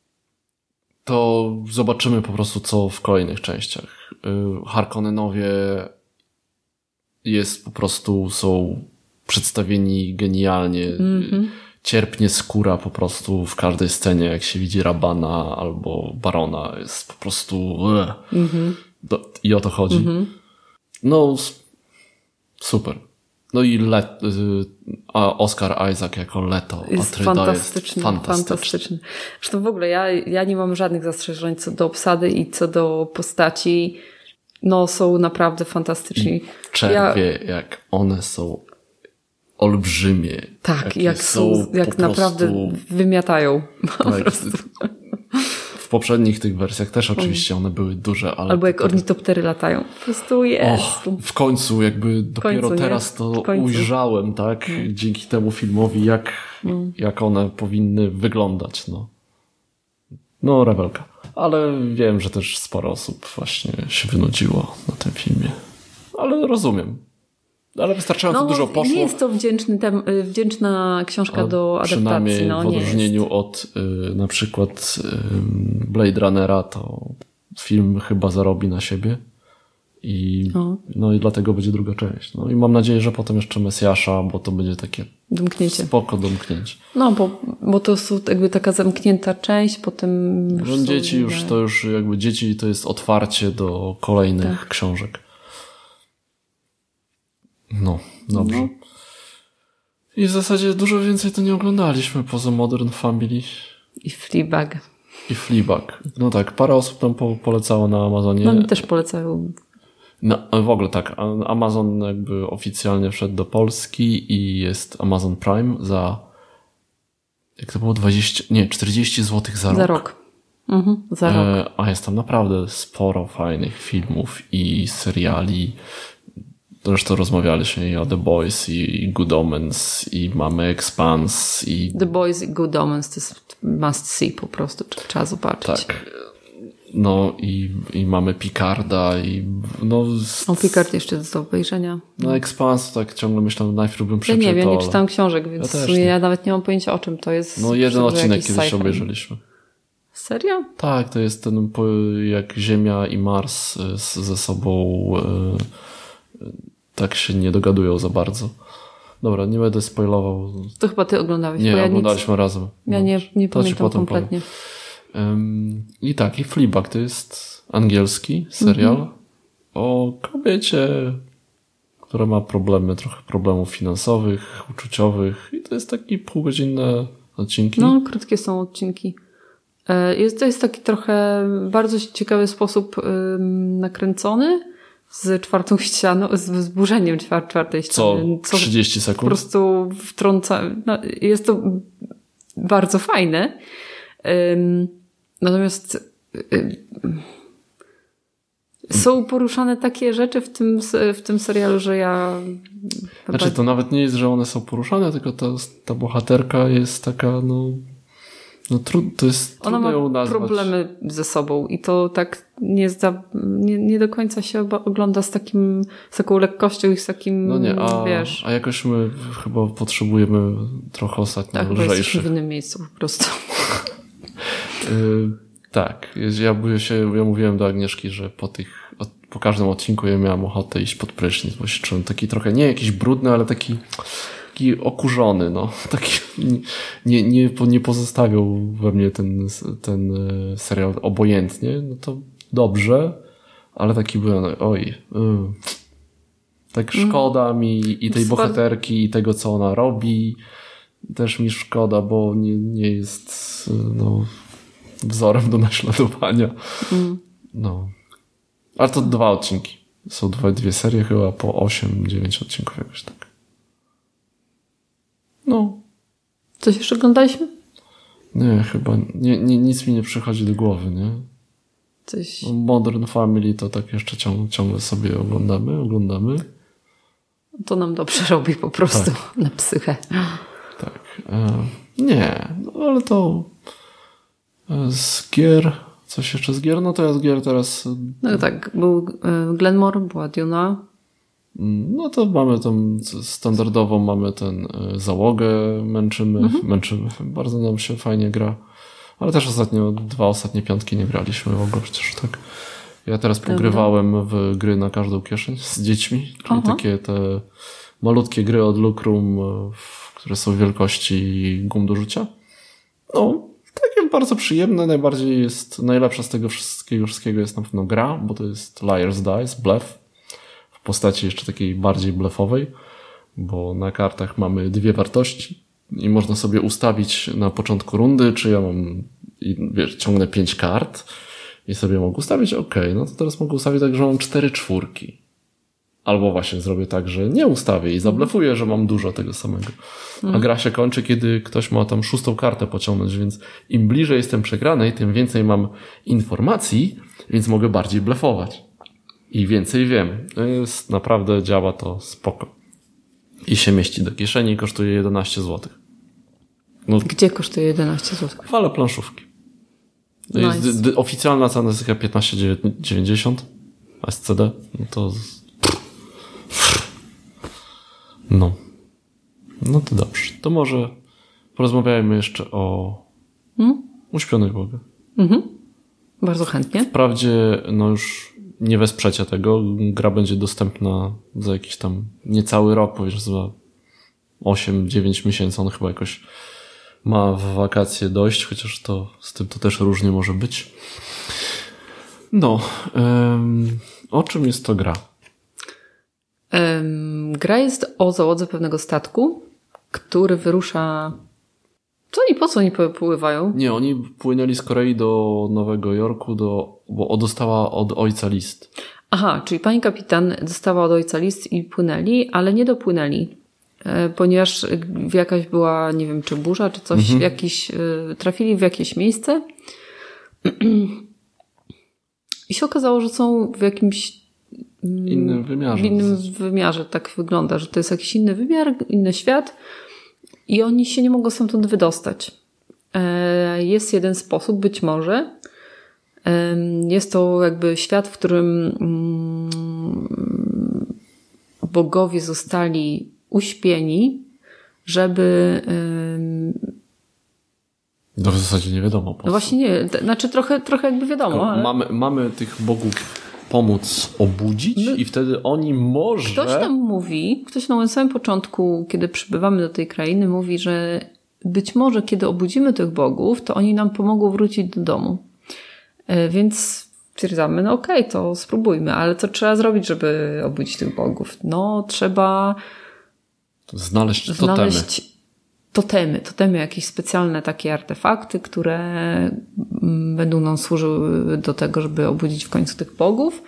to zobaczymy po prostu co w kolejnych częściach. Harkonnenowie jest po prostu, są przedstawieni genialnie. Mm-hmm. Cierpnie skóra po prostu w każdej scenie, jak się widzi Rabana albo Barona. Jest po prostu mm-hmm. Do, i o to chodzi. Mm-hmm. No super. No i Let, Oscar Isaac jako Leto. Jest Atreida fantastyczny, jest fantastyczny. fantastyczny. Zresztą w ogóle ja, ja nie mam żadnych zastrzeżeń co do obsady i co do postaci. No są naprawdę fantastyczni. I czerwie, ja... jak one są olbrzymie. Tak, jak są, jak naprawdę prostu... wymiatają. Po tak, prostu. W poprzednich tych wersjach też oczywiście one były duże, ale... Albo jak ornitoptery latają. Po prostu jest. Och, w końcu jakby dopiero końcu, teraz to ujrzałem, tak? Mm. Dzięki temu filmowi, jak, mm. jak one powinny wyglądać. No, no rewelka. Ale wiem, że też sporo osób właśnie się wynudziło na tym filmie. Ale rozumiem. Ale wystarczająco no, dużo poszło. Nie jest to wdzięczny tem, wdzięczna książka A do adaptacji. Przynajmniej no, w odróżnieniu jest. od y, na przykład y, Blade Runnera, to film chyba zarobi na siebie. I, no i dlatego będzie druga część. No i mam nadzieję, że potem jeszcze Mesjasza, bo to będzie takie domknięcie. Spoko domknięcie. No, bo, bo to są jakby taka zamknięta część, potem... Już no, dzieci inne... już to już jakby dzieci to jest otwarcie do kolejnych tak. książek. No, dobrze. No. I w zasadzie dużo więcej to nie oglądaliśmy poza Modern Family. I Fleabag. I Fleabag. No tak, parę osób tam po, polecało na Amazonie. No mi też polecają. No, w ogóle tak, Amazon jakby oficjalnie wszedł do Polski i jest Amazon Prime za jak to było dwadzieścia, nie, czterdzieści złotych za rok. Za rok. Mhm, za rok. E, a jest tam naprawdę sporo fajnych filmów i seriali. Zresztą rozmawialiśmy i o The Boys i Good Omens i mamy Expanse i... The Boys i Good Omens to jest must see po prostu, trzeba zobaczyć. Tak. No i, i mamy Picarda i no... O, Picard jeszcze jest do obejrzenia. No Expanse tak ciągle myślę, najpierw bym przeczytał. Ja nie wiem, nie czytałam książek, więc ja, w sumie ja nawet nie mam pojęcia o czym to jest. No jeden odcinek kiedyś sci-fi. Obejrzeliśmy. Serio? Tak, to jest ten jak Ziemia i Mars ze sobą tak się nie dogadują za bardzo. Dobra, nie będę spoilował. To chyba ty oglądałeś. Nie, bo ja oglądaliśmy nic... razem. Ja nie, nie pamiętam kompletnie. Um, I tak, i Fleabag to jest angielski serial mm-hmm. o kobiecie, która ma problemy, trochę problemów finansowych, uczuciowych i to jest taki półgodzinne odcinki. No, krótkie są odcinki. Jest, to jest taki trochę bardzo ciekawy sposób um, nakręcony z czwartą ścianą, z wzburzeniem czwar- czwartej ściany. Co? trzydzieści sekund? Po prostu wtrąca... No, jest to bardzo fajne. Um, natomiast um, są poruszane takie rzeczy w tym, w tym serialu, że ja... Znaczy to nawet nie jest, że one są poruszane, tylko ta, ta bohaterka jest taka, no... No tru- to jest Ona ma ją nazwać. problemy ze sobą i to tak nie, zda, nie, nie do końca się ogląda z takim, z taką lekkością i z takim, no nie, a, wiesz... a jakoś my chyba potrzebujemy trochę ostatnio tak, lżejszych. Tak, w innym miejscu po prostu. yy, tak, ja, się, ja mówiłem do Agnieszki, że po tych, po każdym odcinku ja miałam ochotę iść pod prysznic, bo się czułem taki trochę, nie jakiś brudny, ale taki taki okurzony, no. Taki nie, nie, nie pozostawiał we mnie ten, ten serial obojętnie, no to dobrze, ale taki byłem, oj, yy. tak szkoda mi i tej bohaterki, i tego, co ona robi. Też mi szkoda, bo nie, nie jest no, wzorem do naśladowania. Mm. No. Ale to dwa odcinki. Są dwa, dwie serie chyba po osiem, dziewięć odcinków jakoś tak. No. Coś jeszcze oglądaliśmy? Nie, chyba nie, nie, nic mi nie przychodzi do głowy, nie? Coś... No, Modern Family to tak jeszcze ciągle, ciągle sobie oglądamy, oglądamy. To nam dobrze robi po prostu tak. Na psychę. Tak. E, nie, no, ale to z gier, coś jeszcze z gier? No to ja z gier teraz... No tak, był Glenmore, była Duna. No to mamy tą standardową, mamy ten załogę, męczymy, mhm. męczymy. Bardzo nam się fajnie gra. Ale też ostatnio, dwa ostatnie piątki nie graliśmy w ogóle przecież tak. Ja teraz Dobra. pogrywałem w gry na każdą kieszeń z dziećmi, czyli Aha. takie te malutkie gry od Lucrum, które są wielkości gum do rzucia. No, takie bardzo przyjemne, najbardziej jest, najlepsza z tego wszystkiego, wszystkiego jest na pewno gra, bo to jest Liar's Dice, bluff, w postaci jeszcze takiej bardziej bluffowej, bo na kartach mamy dwie wartości i można sobie ustawić na początku rundy, czy ja mam, i, wiesz, ciągnę pięć kart i sobie mogę ustawić, ok, no to teraz mogę ustawić tak, że mam cztery czwórki. Albo właśnie zrobię tak, że nie ustawię i zablefuję, że mam dużo tego samego. A gra się kończy, kiedy ktoś ma tam szóstą kartę pociągnąć, więc im bliżej jestem przegranej, tym więcej mam informacji, więc mogę bardziej blefować. I więcej wiem. To jest, naprawdę działa to spoko. I się mieści do kieszeni i kosztuje jedenaście złotych. No, gdzie kosztuje jedenaście złotych? W ale planszówki. To nice. Jest d- d- oficjalna cena jest chyba piętnaście dziewięćdziesiąt. S C D. No to... No. No to dobrze. To może porozmawiajmy jeszcze o hmm? Uśpionej Boga. Mhm. Bardzo chętnie. Wprawdzie no już nie wesprzecie tego. Gra będzie dostępna za jakiś tam niecały rok, powiedzmy za osiem dziewięć miesięcy. On chyba jakoś ma w wakacje dojść, chociaż to z tym to też różnie może być. No. Um, o czym jest to gra? Um, gra jest o załodze pewnego statku, który wyrusza... Co oni, po co oni pływają? Nie, oni płynęli z Korei do Nowego Jorku, do, bo dostała od ojca list. Aha, czyli pani kapitan dostała od ojca list i płynęli, ale nie dopłynęli, ponieważ jakaś była, nie wiem, czy burza, czy coś, mhm. jakiś, trafili w jakieś miejsce i się okazało, że są w jakimś innym wymiarze. W innym wymiarze, tak wygląda, że to jest jakiś inny wymiar, inny świat i oni się nie mogą stamtąd wydostać. Jest jeden sposób, być może. Jest to jakby świat, w którym bogowie zostali uśpieni, żeby... No w zasadzie nie wiadomo. Po no właśnie nie, znaczy trochę, trochę jakby wiadomo. Ale... Mamy, mamy tych bogów pomóc obudzić no, i wtedy oni może... Ktoś nam mówi, ktoś na samym początku, kiedy przybywamy do tej krainy, mówi, że być może kiedy obudzimy tych bogów, to oni nam pomogą wrócić do domu. Więc stwierdzamy, no okej, okay, to spróbujmy, ale co trzeba zrobić, żeby obudzić tych bogów? No trzeba znaleźć, znaleźć totemy. totemy. Totemy, jakieś specjalne takie artefakty, które będą nam służyły do tego, żeby obudzić w końcu tych bogów.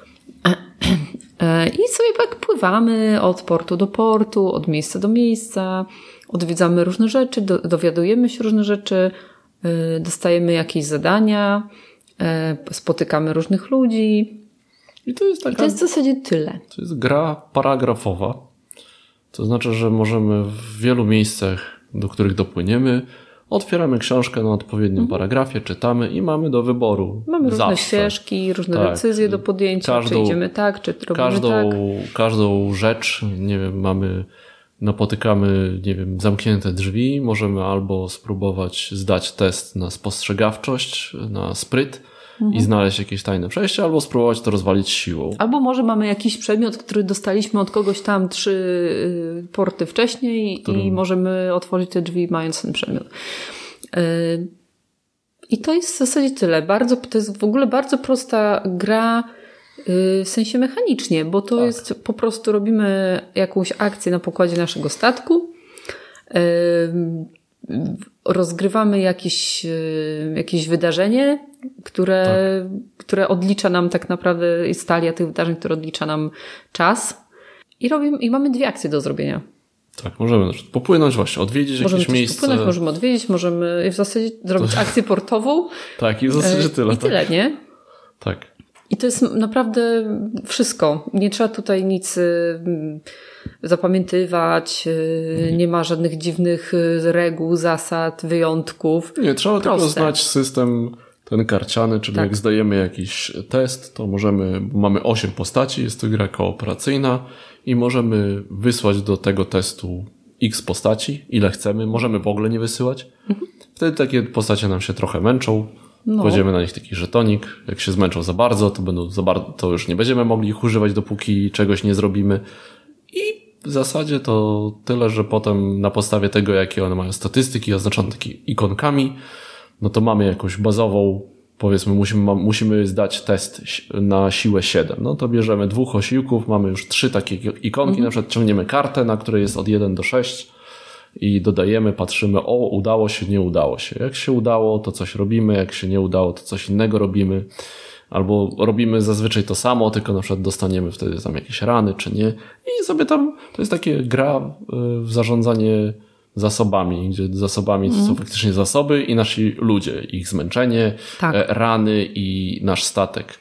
I sobie tak pływamy od portu do portu, od miejsca do miejsca, odwiedzamy różne rzeczy, do, dowiadujemy się różne rzeczy, dostajemy jakieś zadania, spotykamy różnych ludzi. I to jest taka, I to jest w zasadzie tyle. To jest gra paragrafowa. To znaczy, że możemy w wielu miejscach, do których dopłyniemy, otwieramy książkę na odpowiednim mhm. paragrafie, czytamy i mamy do wyboru. Mamy zawsze. różne ścieżki, różne tak. decyzje do podjęcia, każdą, czy idziemy tak, czy robimy każdą, tak. Każdą rzecz, nie wiem, mamy, napotykamy, nie wiem, zamknięte drzwi, możemy albo spróbować zdać test na spostrzegawczość, na spryt, i znaleźć jakieś tajne przejście, albo spróbować to rozwalić siłą. Albo może mamy jakiś przedmiot, który dostaliśmy od kogoś tam trzy porty wcześniej Którym... i możemy otworzyć te drzwi mając ten przedmiot. I to jest w zasadzie tyle. Bardzo, to jest w ogóle bardzo prosta gra w sensie mechanicznie, bo to tak. jest po prostu robimy jakąś akcję na pokładzie naszego statku, rozgrywamy jakieś, jakieś wydarzenie, które, tak. które odlicza nam tak naprawdę, jest talia tych wydarzeń, które odlicza nam czas i robimy, i mamy dwie akcje do zrobienia. Tak, możemy popłynąć właśnie, odwiedzić możemy jakieś miejsce. Popłynąć, możemy odwiedzić, możemy w zasadzie zrobić to... akcję portową. Tak, i w zasadzie tyle. I tyle, tak? nie? Tak. I to jest naprawdę wszystko. Nie trzeba tutaj nic zapamiętywać, nie, nie ma żadnych dziwnych reguł, zasad, wyjątków. Nie, trzeba Proste. tylko znać system ten karciany, czyli tak. jak zdajemy jakiś test, to możemy, mamy osiem postaci, jest to gra kooperacyjna i możemy wysłać do tego testu x postaci, ile chcemy, możemy w ogóle nie wysyłać. Mhm. Wtedy takie postacie nam się trochę męczą. No. Kładziemy na nich taki żetonik. Jak się zmęczą za bardzo, to będą za bardzo, to już nie będziemy mogli ich używać, dopóki czegoś nie zrobimy. I w zasadzie to tyle, że potem na podstawie tego, jakie one mają statystyki oznaczone takimi ikonkami, no to mamy jakąś bazową, powiedzmy, musimy, musimy zdać test na siłę siedem. No to bierzemy dwóch osiłków, mamy już trzy takie ikonki, mhm. na przykład ciągniemy kartę, na której jest od jeden do sześciu. I dodajemy, patrzymy, o, udało się, nie udało się. Jak się udało, to coś robimy, jak się nie udało, to coś innego robimy. Albo robimy zazwyczaj to samo, tylko na przykład dostaniemy wtedy tam jakieś rany, czy nie. I sobie tam, to jest takie gra w zarządzanie zasobami, gdzie zasobami to są mm. faktycznie zasoby i nasi ludzie, ich zmęczenie, tak. rany i nasz statek.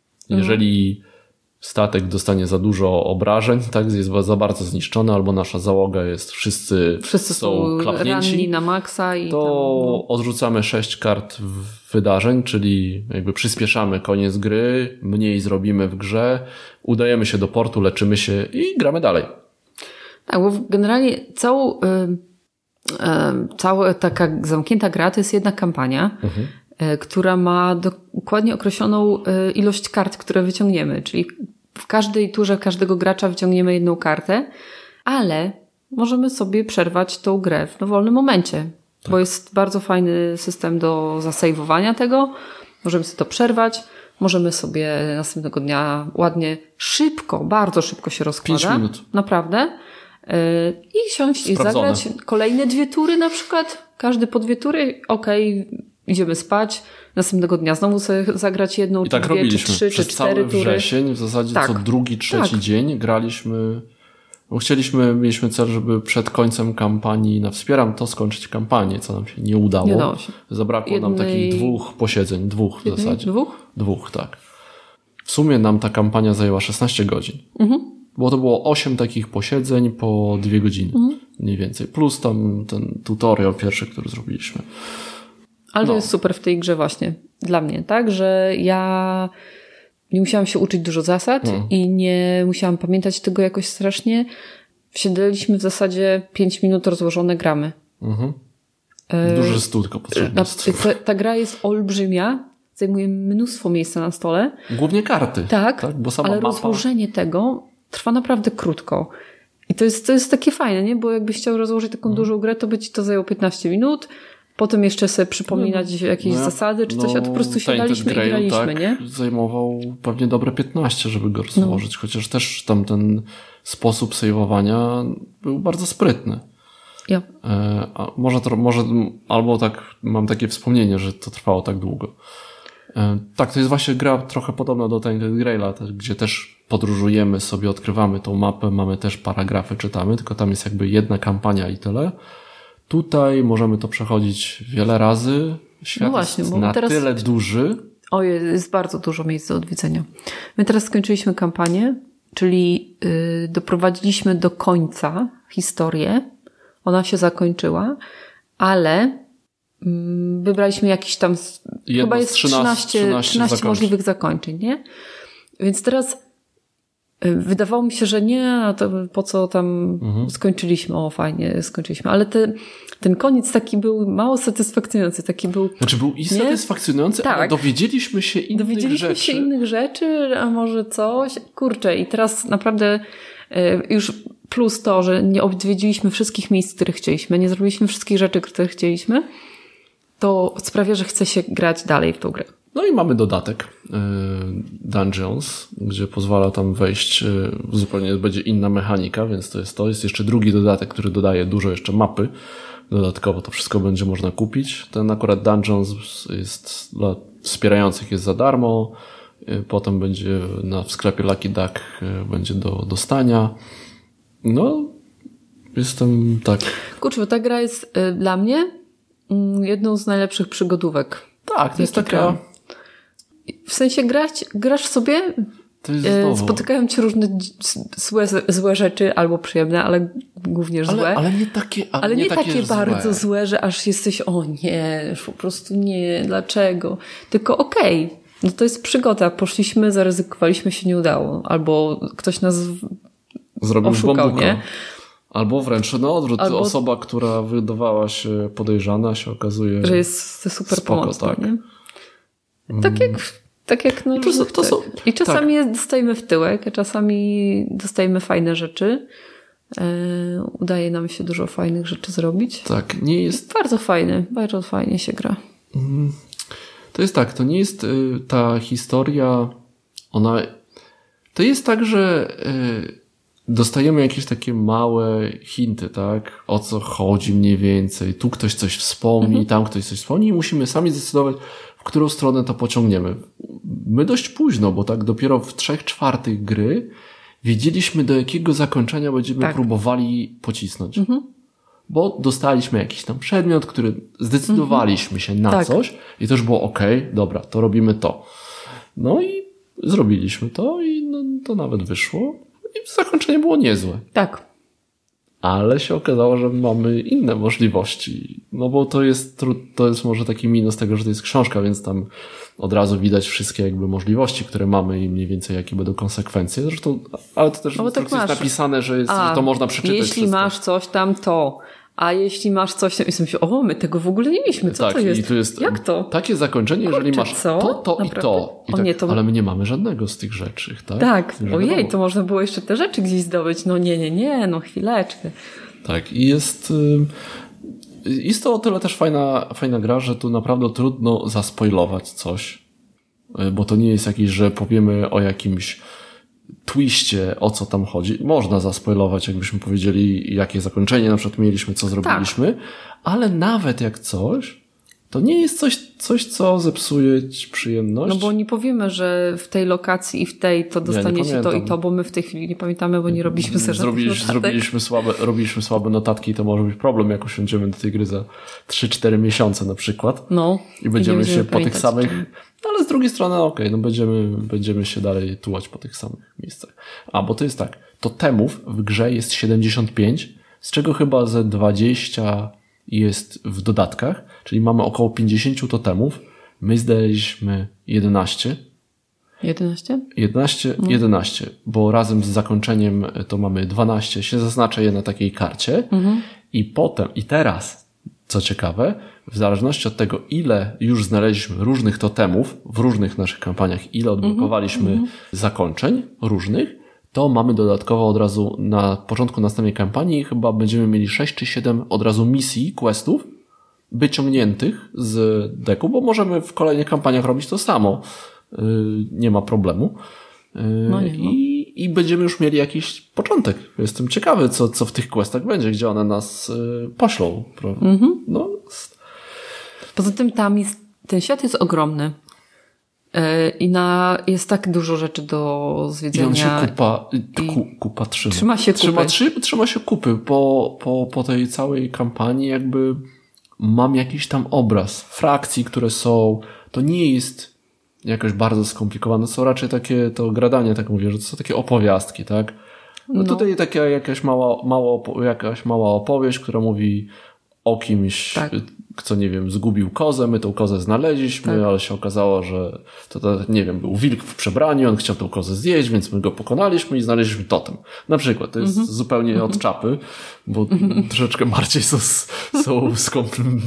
Jeżeli mm. statek dostanie za dużo obrażeń, tak, jest za bardzo zniszczony, albo nasza załoga jest, wszyscy, wszyscy są, są klapnięci, ranni na maksa i to tam, no. odrzucamy sześć kart wydarzeń, czyli jakby przyspieszamy koniec gry, mniej zrobimy w grze, udajemy się do portu, leczymy się i gramy dalej. Tak, bo generalnie całą, yy, yy, cała taka zamknięta gra to jest jedna kampania, mhm. która ma dokładnie określoną ilość kart, które wyciągniemy. Czyli w każdej turze każdego gracza wyciągniemy jedną kartę, ale możemy sobie przerwać tą grę w dowolnym momencie, tak. bo jest bardzo fajny system do zasejwowania tego. Możemy sobie to przerwać, możemy sobie następnego dnia ładnie, szybko, bardzo szybko się rozkłada. Pięć minut. Naprawdę. I siąść Sprawdzone. i zagrać kolejne dwie tury na przykład. Każdy po dwie tury, okej, okay, idziemy spać, następnego dnia znowu sobie zagrać jedną, I czy tak dwie, robiliśmy. czy trzy, Przez czy cztery cały tury. wrzesień, w zasadzie tak. co drugi, trzeci tak. dzień graliśmy, bo chcieliśmy, mieliśmy cel, żeby przed końcem kampanii na Wspieram to skończyć kampanię, co nam się nie udało. Nie udało się. Zabrakło Jednej... nam takich dwóch posiedzeń, dwóch w Jednej... zasadzie. Dwóch? Dwóch, tak. W sumie nam ta kampania zajęła szesnaście godzin. Mhm. Bo to było osiem takich posiedzeń po dwie godziny. Mhm. Mniej więcej. Plus tam ten tutorial pierwszy, który zrobiliśmy. Ale no. to jest super w tej grze właśnie. Dla mnie, tak? Że ja nie musiałam się uczyć dużo zasad no. i nie musiałam pamiętać tego jakoś strasznie. Wsiedliśmy w zasadzie pięć minut rozłożone gramy. Mhm. Duży stół tylko potrzebny. Ta, ta gra jest olbrzymia. Zajmuje mnóstwo miejsca na stole. Głównie karty. Tak, tak? Bo sama ale mapa... rozłożenie tego trwa naprawdę krótko. I to jest, to jest takie fajne, nie? Bo jakbyś chciał rozłożyć taką hmm. dużą grę, to by ci to zajęło piętnaście minut. Potem jeszcze sobie przypominać no, jakieś no, zasady czy coś, a to po prostu siadaliśmy i graliśmy, tak, nie? Zajmował pewnie dobre piętnaście, żeby go rozłożyć. No. Chociaż też tam ten sposób sejwowania był bardzo sprytny. Ja. E, a może, to, może albo tak mam takie wspomnienie, że to trwało tak długo. E, tak, to jest właśnie gra trochę podobna do Tainted Graila, gdzie też podróżujemy sobie, odkrywamy tą mapę, mamy też paragrafy, czytamy, tylko tam jest jakby jedna kampania i tyle. Tutaj możemy to przechodzić wiele razy. Świat no właśnie, jest na teraz... tyle duży. Ojej, jest bardzo dużo miejsc do odwiedzenia. My teraz skończyliśmy kampanię, czyli yy, doprowadziliśmy do końca historię. Ona się zakończyła, ale yy, wybraliśmy jakiś tam... Jedno chyba jest trzynaście, trzynaście, trzynaście możliwych zakończeń, nie? Więc teraz wydawało mi się, że nie, to po co tam mhm. skończyliśmy, o fajnie, skończyliśmy, ale te, ten koniec taki był mało satysfakcjonujący, taki był... Znaczy był i satysfakcjonujący, tak. ale dowiedzieliśmy się innych dowiedzieliśmy rzeczy. Dowiedzieliśmy się innych rzeczy, a może coś, kurczę i teraz naprawdę już plus to, że nie odwiedziliśmy wszystkich miejsc, których chcieliśmy, nie zrobiliśmy wszystkich rzeczy, które chcieliśmy, to sprawia, że chce się grać dalej w tą grę. No i mamy dodatek y, Dungeons, gdzie pozwala tam wejść, y, zupełnie będzie inna mechanika, więc to jest to. Jest jeszcze drugi dodatek, który dodaje dużo jeszcze mapy. Dodatkowo to wszystko będzie można kupić. Ten akurat Dungeons jest dla wspierających jest za darmo. Y, potem będzie na w sklepie Lucky Duck y, będzie do dostania. No, Jestem tak. Kurczę, bo ta gra jest y, dla mnie y, jedną z najlepszych przygodówek. Tak, to jest taka... Gra. W sensie grać, grasz sobie, to jest y, spotykają ci różne złe, złe rzeczy, albo przyjemne, ale głównie ale, złe. Ale nie takie ale, ale nie, nie takie, takie złe. bardzo złe, że aż jesteś, o nie, po prostu nie, dlaczego? Tylko okej, okay, no to jest przygoda. Poszliśmy, zaryzykowaliśmy, się nie udało. Albo ktoś nas zrobił oszukał, nie? Albo wręcz na odwrót. Albo... Osoba, która wydawała się podejrzana, się okazuje... Że jest super spoko, pomocna, tak. nie? Tak jak... Tak jak no, I, to, to są, I czasami tak. dostajemy w tyłek, a czasami dostajemy fajne rzeczy. Yy, udaje nam się dużo fajnych rzeczy zrobić. Tak, nie jest... Bardzo fajny, bardzo fajnie się gra. To jest tak, to nie jest y, ta historia, ona... To jest tak, że y, dostajemy jakieś takie małe hinty, tak? O co chodzi mniej więcej. Tu ktoś coś wspomni, mhm. tam ktoś coś wspomni i musimy sami zdecydować, w którą stronę to pociągniemy. My dość późno, bo tak dopiero w trzech czwartych gry wiedzieliśmy, do jakiego zakończenia będziemy tak. próbowali pocisnąć. Mhm. Bo dostaliśmy jakiś tam przedmiot, który zdecydowaliśmy mhm. się na tak. coś i to już było okej, okay, dobra, to robimy to. No i zrobiliśmy to i no, to nawet wyszło. I zakończenie było niezłe. Tak. Ale się okazało, że mamy inne możliwości. No bo to jest, to jest może taki minus tego, że to jest książka, więc tam od razu widać wszystkie jakby możliwości, które mamy i mniej więcej jakie będą konsekwencje. Zresztą, ale to też no w instrukcji tak jest napisane, że, jest, A, że to można przeczytać. Jeśli wszystko. masz coś tam, to. A jeśli masz coś tam, i sobie myślę, o, my tego w ogóle nie mieliśmy. Co tak, to jest? I tu jest Jak to? Takie zakończenie, Kurczę, jeżeli masz co? to, to Naprawdę? i to. I o, tak, nie, to... Ale my nie mamy żadnego z tych rzeczy, tak? Tak. Nie Ojej, wiadomo. to można było jeszcze te rzeczy gdzieś zdobyć. No nie, nie, nie, no chwileczkę. Tak, i jest... Jest to o tyle też fajna, fajna gra, że tu naprawdę trudno zaspoilować coś. Bo to nie jest jakiś, że powiemy o jakimś twiście, o co tam chodzi. Można zaspoilować, jakbyśmy powiedzieli, jakie zakończenie na przykład mieliśmy, co zrobiliśmy. Tak. Ale nawet jak coś, to nie jest coś, coś co zepsuje ci przyjemność. No bo nie powiemy, że w tej lokacji i w tej to dostaniecie ja to i to, bo my w tej chwili nie pamiętamy, bo nie robiliśmy sobie Zrobiliśmy, zrobiliśmy słabe, robiliśmy słabe notatki i to może być problem, jak usiądziemy do tej gry za trzy cztery miesiące na przykład. No. I będziemy się po tych samych... No ale z drugiej strony okej, okay, no będziemy, będziemy się dalej tułać po tych samych miejscach. A, bo to jest tak, totemów w grze jest siedemdziesiąt pięć, z czego chyba ze dwadzieścia jest w dodatkach, czyli mamy około pięćdziesiąt totemów. My znaleźliśmy jedenaście. jedenaście? jedenaście, no. jedenaście, bo razem z zakończeniem to mamy dwanaście, się zaznacza je na takiej karcie mhm. i potem, i teraz, co ciekawe, w zależności od tego, ile już znaleźliśmy różnych totemów w różnych naszych kampaniach, ile odblokowaliśmy mhm. zakończeń różnych, to mamy dodatkowo od razu na początku następnej kampanii chyba będziemy mieli sześć czy siedem od razu misji, questów wyciągniętych z deku, bo możemy w kolejnych kampaniach robić to samo. Yy, nie ma problemu. Yy, no nie, no. I, I będziemy już mieli jakiś początek. Jestem ciekawy, co, co w tych questach będzie, gdzie one nas yy, poślą. Mhm. No. Poza tym tam jest, ten świat jest ogromny. I na, jest tak dużo rzeczy do zwiedzenia. I on się kupa, ku, kupa trzyma. Trzyma się kupy. Trzyma, trzyma, trzyma się kupy. Po, po, po tej całej kampanii jakby mam jakiś tam obraz frakcji, które są. To nie jest jakoś bardzo skomplikowane. To są raczej takie, to gradanie, tak mówię, że to są takie opowiastki, tak? No, no. Tutaj taka jakaś mała, mała, jakaś mała opowieść, która mówi o kimś, tak. kto, nie wiem, zgubił kozę, my tą kozę znaleźliśmy, tak. ale się okazało, że to, to, nie wiem, był wilk w przebraniu, on chciał tą kozę zjeść, więc my go pokonaliśmy i znaleźliśmy totem. Na przykład, to jest mm-hmm. zupełnie mm-hmm. od czapy, bo mm-hmm. troszeczkę bardziej są, są skąpym.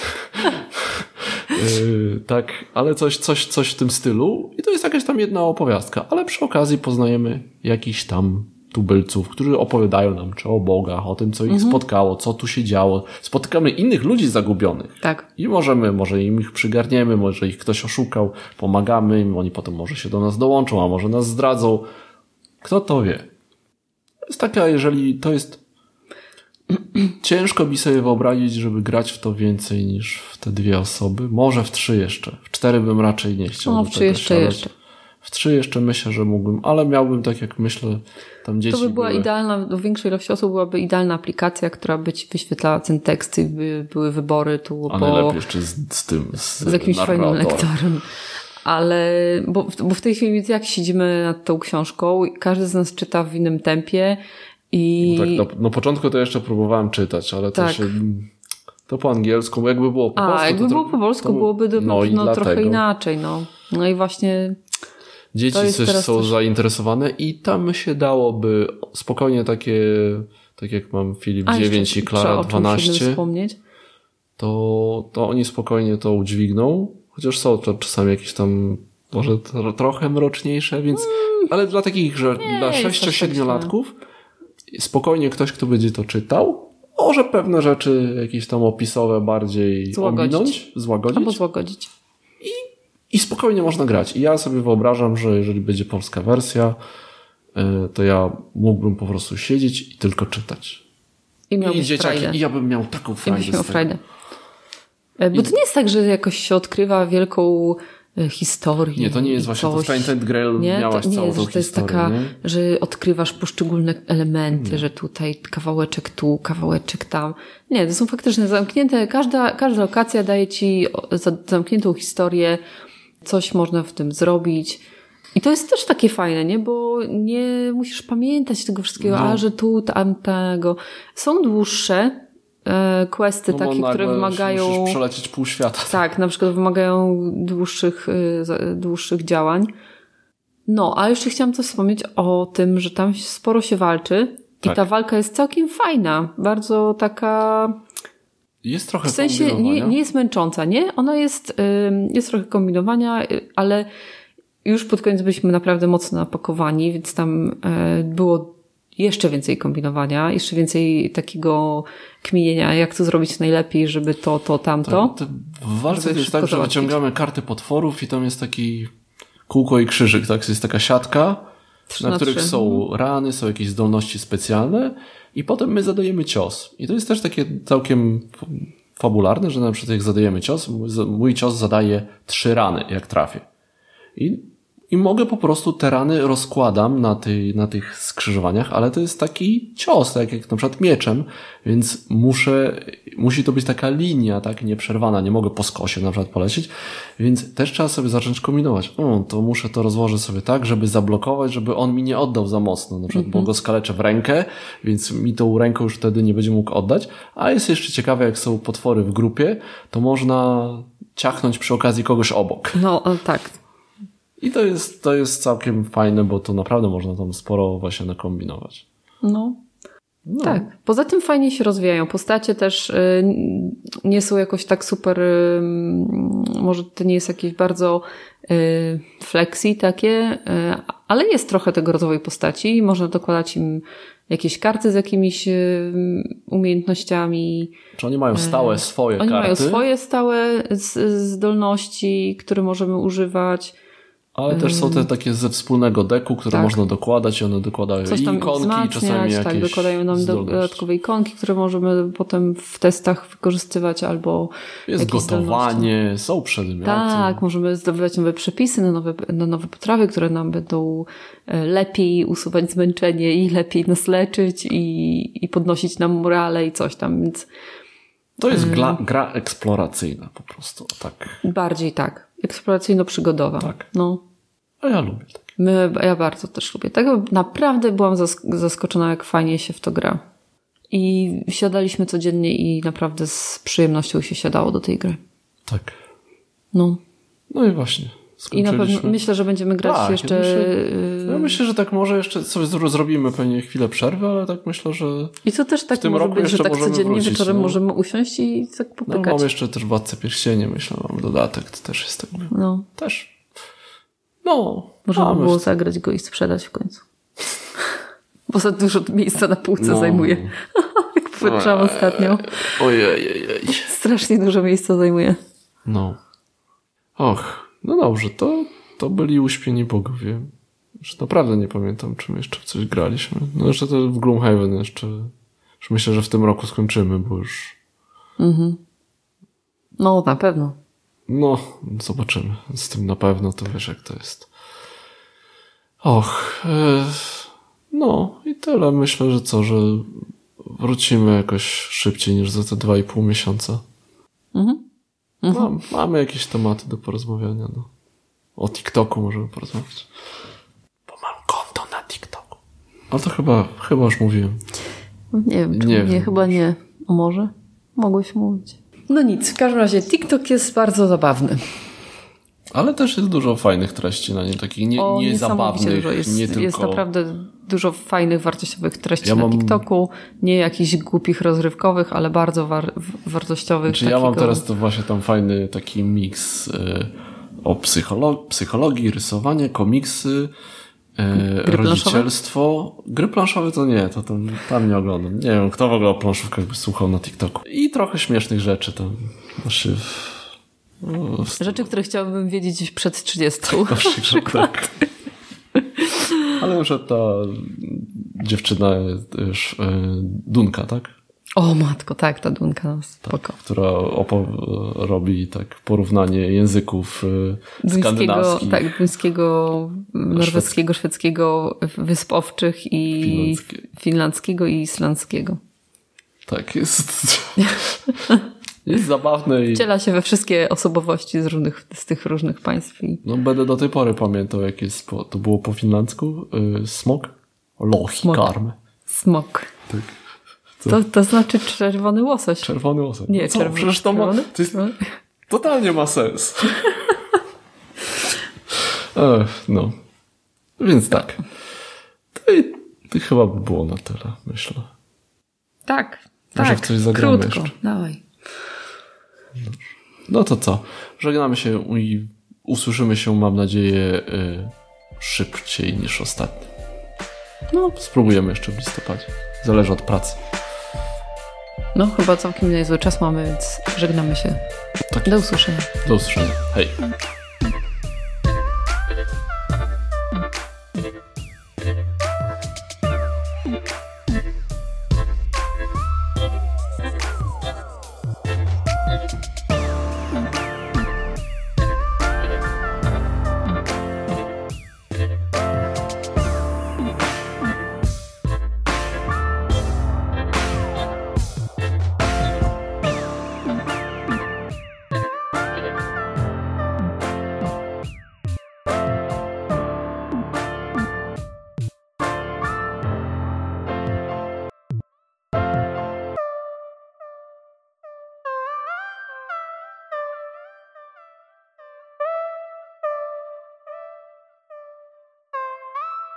Yy, tak, ale coś, coś, coś w tym stylu i to jest jakaś tam jedna opowiastka, ale przy okazji poznajemy jakiś tam tubylców, którzy opowiadają nam czy o bogach, o tym, co ich mhm. spotkało, co tu się działo. Spotykamy innych ludzi zagubionych. Tak. I możemy, może im ich przygarniemy, może ich ktoś oszukał, pomagamy im, oni potem może się do nas dołączą, a może nas zdradzą. Kto to wie? To jest taka, jeżeli to jest ciężko mi sobie wyobrazić, żeby grać w to więcej niż w te dwie osoby. Może w trzy jeszcze. W cztery bym raczej nie chciał. No, w trzy jeszcze, jeszcze. W trzy jeszcze myślę, że mógłbym, ale miałbym tak jak myślę, tam dzieci To by była były... idealna, do większej ilości osób byłaby idealna aplikacja, która by ci wyświetlała ten tekst i by były wybory tu. A po... najlepiej jeszcze z, z tym, z, z jakimś fajnym lektorem. Ale, bo, bo w tej chwili jak siedzimy nad tą książką i każdy z nas czyta w innym tempie i... No tak, na, na początku to jeszcze próbowałem czytać, ale to tak. się... To po angielsku, bo jakby było po A, polsku... jakby to było to, po polsku, to, byłoby no, no, no, trochę dlatego. inaczej. No. no i właśnie... Dzieci coś są też... zainteresowane i tam się dałoby spokojnie takie, tak jak mam Filip A, dziewięć i Klara dwanaście, wspomnieć. To, to oni spokojnie to udźwigną, chociaż są to czasami jakieś tam może to, trochę mroczniejsze, więc mm, ale dla takich, że nie, dla sześcio-siedmiolatków spokojnie ktoś, kto będzie to czytał, może pewne rzeczy jakieś tam opisowe bardziej złagodzić. ominąć, złagodzić. Albo złagodzić. I I spokojnie można grać. I ja sobie wyobrażam, że jeżeli będzie polska wersja, to ja mógłbym po prostu siedzieć i tylko czytać. I miałbyś I dzieciaki, frajdę. I ja bym miał taką frajdę. I byś miał frajdę. Bo to nie jest tak, że jakoś się odkrywa wielką historię. Nie, to nie jest właśnie coś. To Tainted Grail nie? miałaś to nie całą jest, tą że to jest historię. taka, nie? że odkrywasz poszczególne elementy, nie. że tutaj kawałeczek tu, kawałeczek tam. Nie, to są faktycznie zamknięte. Każda, każda lokacja daje ci zamkniętą historię. Coś można w tym zrobić. I to jest też takie fajne, nie? Bo nie musisz pamiętać tego wszystkiego, no. a że tu, tam, tego. Są dłuższe e, questy no, takie, które wymagają... Musisz przelecieć pół świata. Tak, na przykład wymagają dłuższych, e, dłuższych działań. No, a jeszcze chciałam coś wspomnieć o tym, że tam sporo się walczy tak. i ta walka jest całkiem fajna. Bardzo taka... Jest trochę w sensie nie, nie jest męcząca, nie? Ona jest, jest trochę kombinowania, ale już pod koniec byliśmy naprawdę mocno napakowani, więc tam było jeszcze więcej kombinowania, jeszcze więcej takiego kminienia, jak to zrobić najlepiej, żeby to, to, tamto. Tak, w walce to jest tak, że wyciągamy karty potworów i tam jest taki kółko i krzyżyk, tak? Jest taka siatka, na, na których trzy. są rany, są jakieś zdolności specjalne i potem my zadajemy cios. I to jest też takie całkiem fabularne, że na przykład jak zadajemy cios, mój cios zadaje trzy rany, jak trafię. I, i mogę po prostu te rany rozkładam na, tej, na tych skrzyżowaniach, ale to jest taki cios, tak jak na przykład mieczem, więc muszę, musi to być taka linia, tak, nieprzerwana, nie mogę po skosie na przykład polecieć, więc też trzeba sobie zacząć kombinować. O, to muszę to rozłożyć sobie tak, żeby zablokować, żeby on mi nie oddał za mocno, na przykład, mm-hmm. bo go skaleczę w rękę, więc mi tą ręką już wtedy nie będzie mógł oddać, a jest jeszcze ciekawe, jak są potwory w grupie, to można ciachnąć przy okazji kogoś obok. No, tak. I to jest, to jest całkiem fajne, bo to naprawdę można tam sporo właśnie nakombinować. No. no. Tak. Poza tym fajnie się rozwijają. Postacie też y, nie są jakoś tak super, y, może to nie jest jakieś bardzo y, flexi takie, y, ale jest trochę tego rozwoju postaci. Można dokładać im jakieś karty z jakimiś y, umiejętnościami. Czy oni mają stałe swoje oni karty? Oni mają swoje stałe z, zdolności, które możemy używać. Ale też są te takie ze wspólnego deku, które tak. można dokładać i one dokładają coś tam ikonki, wzmacniać, czasami jakieś tak, dokładają nam zdolności. dodatkowe ikonki, które możemy potem w testach wykorzystywać albo jest gotowanie, zdolności. Są przedmioty. Tak, możemy zdobywać nowe przepisy na nowe, na nowe potrawy, które nam będą lepiej usuwać zmęczenie i lepiej nas leczyć i, i podnosić nam morale i coś tam, więc to jest gra, gra eksploracyjna po prostu, tak. Bardziej tak. Eksploracyjno-przygodowa. Tak. No. A ja lubię takie. My, ja bardzo też lubię. Tego naprawdę byłam zask- zaskoczona, jak fajnie się w to gra. I siadaliśmy codziennie i naprawdę z przyjemnością się siadało do tej gry. Tak. No. No i właśnie. I na pewno myślę, że będziemy grać tak, jeszcze... Ja myślę, ja myślę, że tak może jeszcze sobie zrobimy pewnie chwilę przerwy, ale tak myślę, że i co też tak może być, że tak codziennie wrócić, wieczorem no. możemy usiąść i tak popykać. No mam jeszcze też Władcę Pierścieni, myślę, mam dodatek, to też jest tak. No. Też. No. Można by było zagrać go i sprzedać w końcu. Bo za dużo miejsca na półce no. zajmuje. Jak powiedziałam ostatnio. Ojej. Strasznie dużo miejsca zajmuje. No. Och. No dobrze, to, to byli Uśpieni Bogowie. Już naprawdę nie pamiętam, czym jeszcze w coś graliśmy. No jeszcze to w Gloomhaven jeszcze. Już myślę, że w tym roku skończymy, bo już... Mhm. No, na pewno. No, zobaczymy. Z tym na pewno to wiesz, jak to jest. Och, e, no i tyle. Myślę, że co, że wrócimy jakoś szybciej niż za te dwa i pół miesiąca. Mhm. Mam, mamy jakieś tematy do porozmawiania. No. O TikToku możemy porozmawiać. Bo mam konto na TikToku. Ale to chyba, chyba już mówiłem. Nie wiem, czy nie, nie chyba nie. A może? Mogłeś mówić. No nic, w każdym razie TikTok jest bardzo zabawny. Ale też jest dużo fajnych treści na nim, takich nie, o, niezabawnych. Dużo. Jest, nie tylko... jest naprawdę dużo fajnych, wartościowych treści ja na mam... TikToku. Nie jakichś głupich, rozrywkowych, ale bardzo war... wartościowych. Znaczy, takiego... Ja mam teraz to właśnie tam fajny taki miks y, o psycholo- psychologii, rysowanie, komiksy, y, Gry rodzicielstwo. Planszowe? Gry planszowe to nie, to tam, tam nie oglądam. Nie wiem, kto w ogóle o planszówkach by słuchał na TikToku. I trochę śmiesznych rzeczy tam. Znaczy... Rzeczy, które chciałabym wiedzieć przed trzydziestką. Na przykład, tak. Ale już ta dziewczyna już, Dunka, tak? O matko, tak, ta Dunka. Spoko. Tak, która opo- robi tak porównanie języków skandynawskich. Tak, duńskiego, norweskiego, szwedzkiego, wyspowczych i finlandzkie. finlandzkiego i islandzkiego. Tak, jest... Jest zabawne i... Wciela się we wszystkie osobowości z, różnych, z tych różnych państw. I... No będę do tej pory pamiętał, jak jest po, to było po finlandzku. Yy, smok? Lohikarm. Smok. Tak. To, to znaczy czerwony łosoś. Czerwony łosoś. Nie, no co? czerwony. Przecież to ma... To jest... Totalnie ma sens. Ech, no. Więc tak. To, i, to chyba by było na tyle, myślę. Tak. Może tak. w coś zagramy Krótko. jeszcze. Dawaj. No to co? Żegnamy się i usłyszymy się, mam nadzieję, szybciej niż ostatnio. No, spróbujemy jeszcze w listopadzie. Zależy od pracy. No, chyba całkiem niezły czas mamy, więc żegnamy się. Tak. Do usłyszenia. Do usłyszenia. Hej.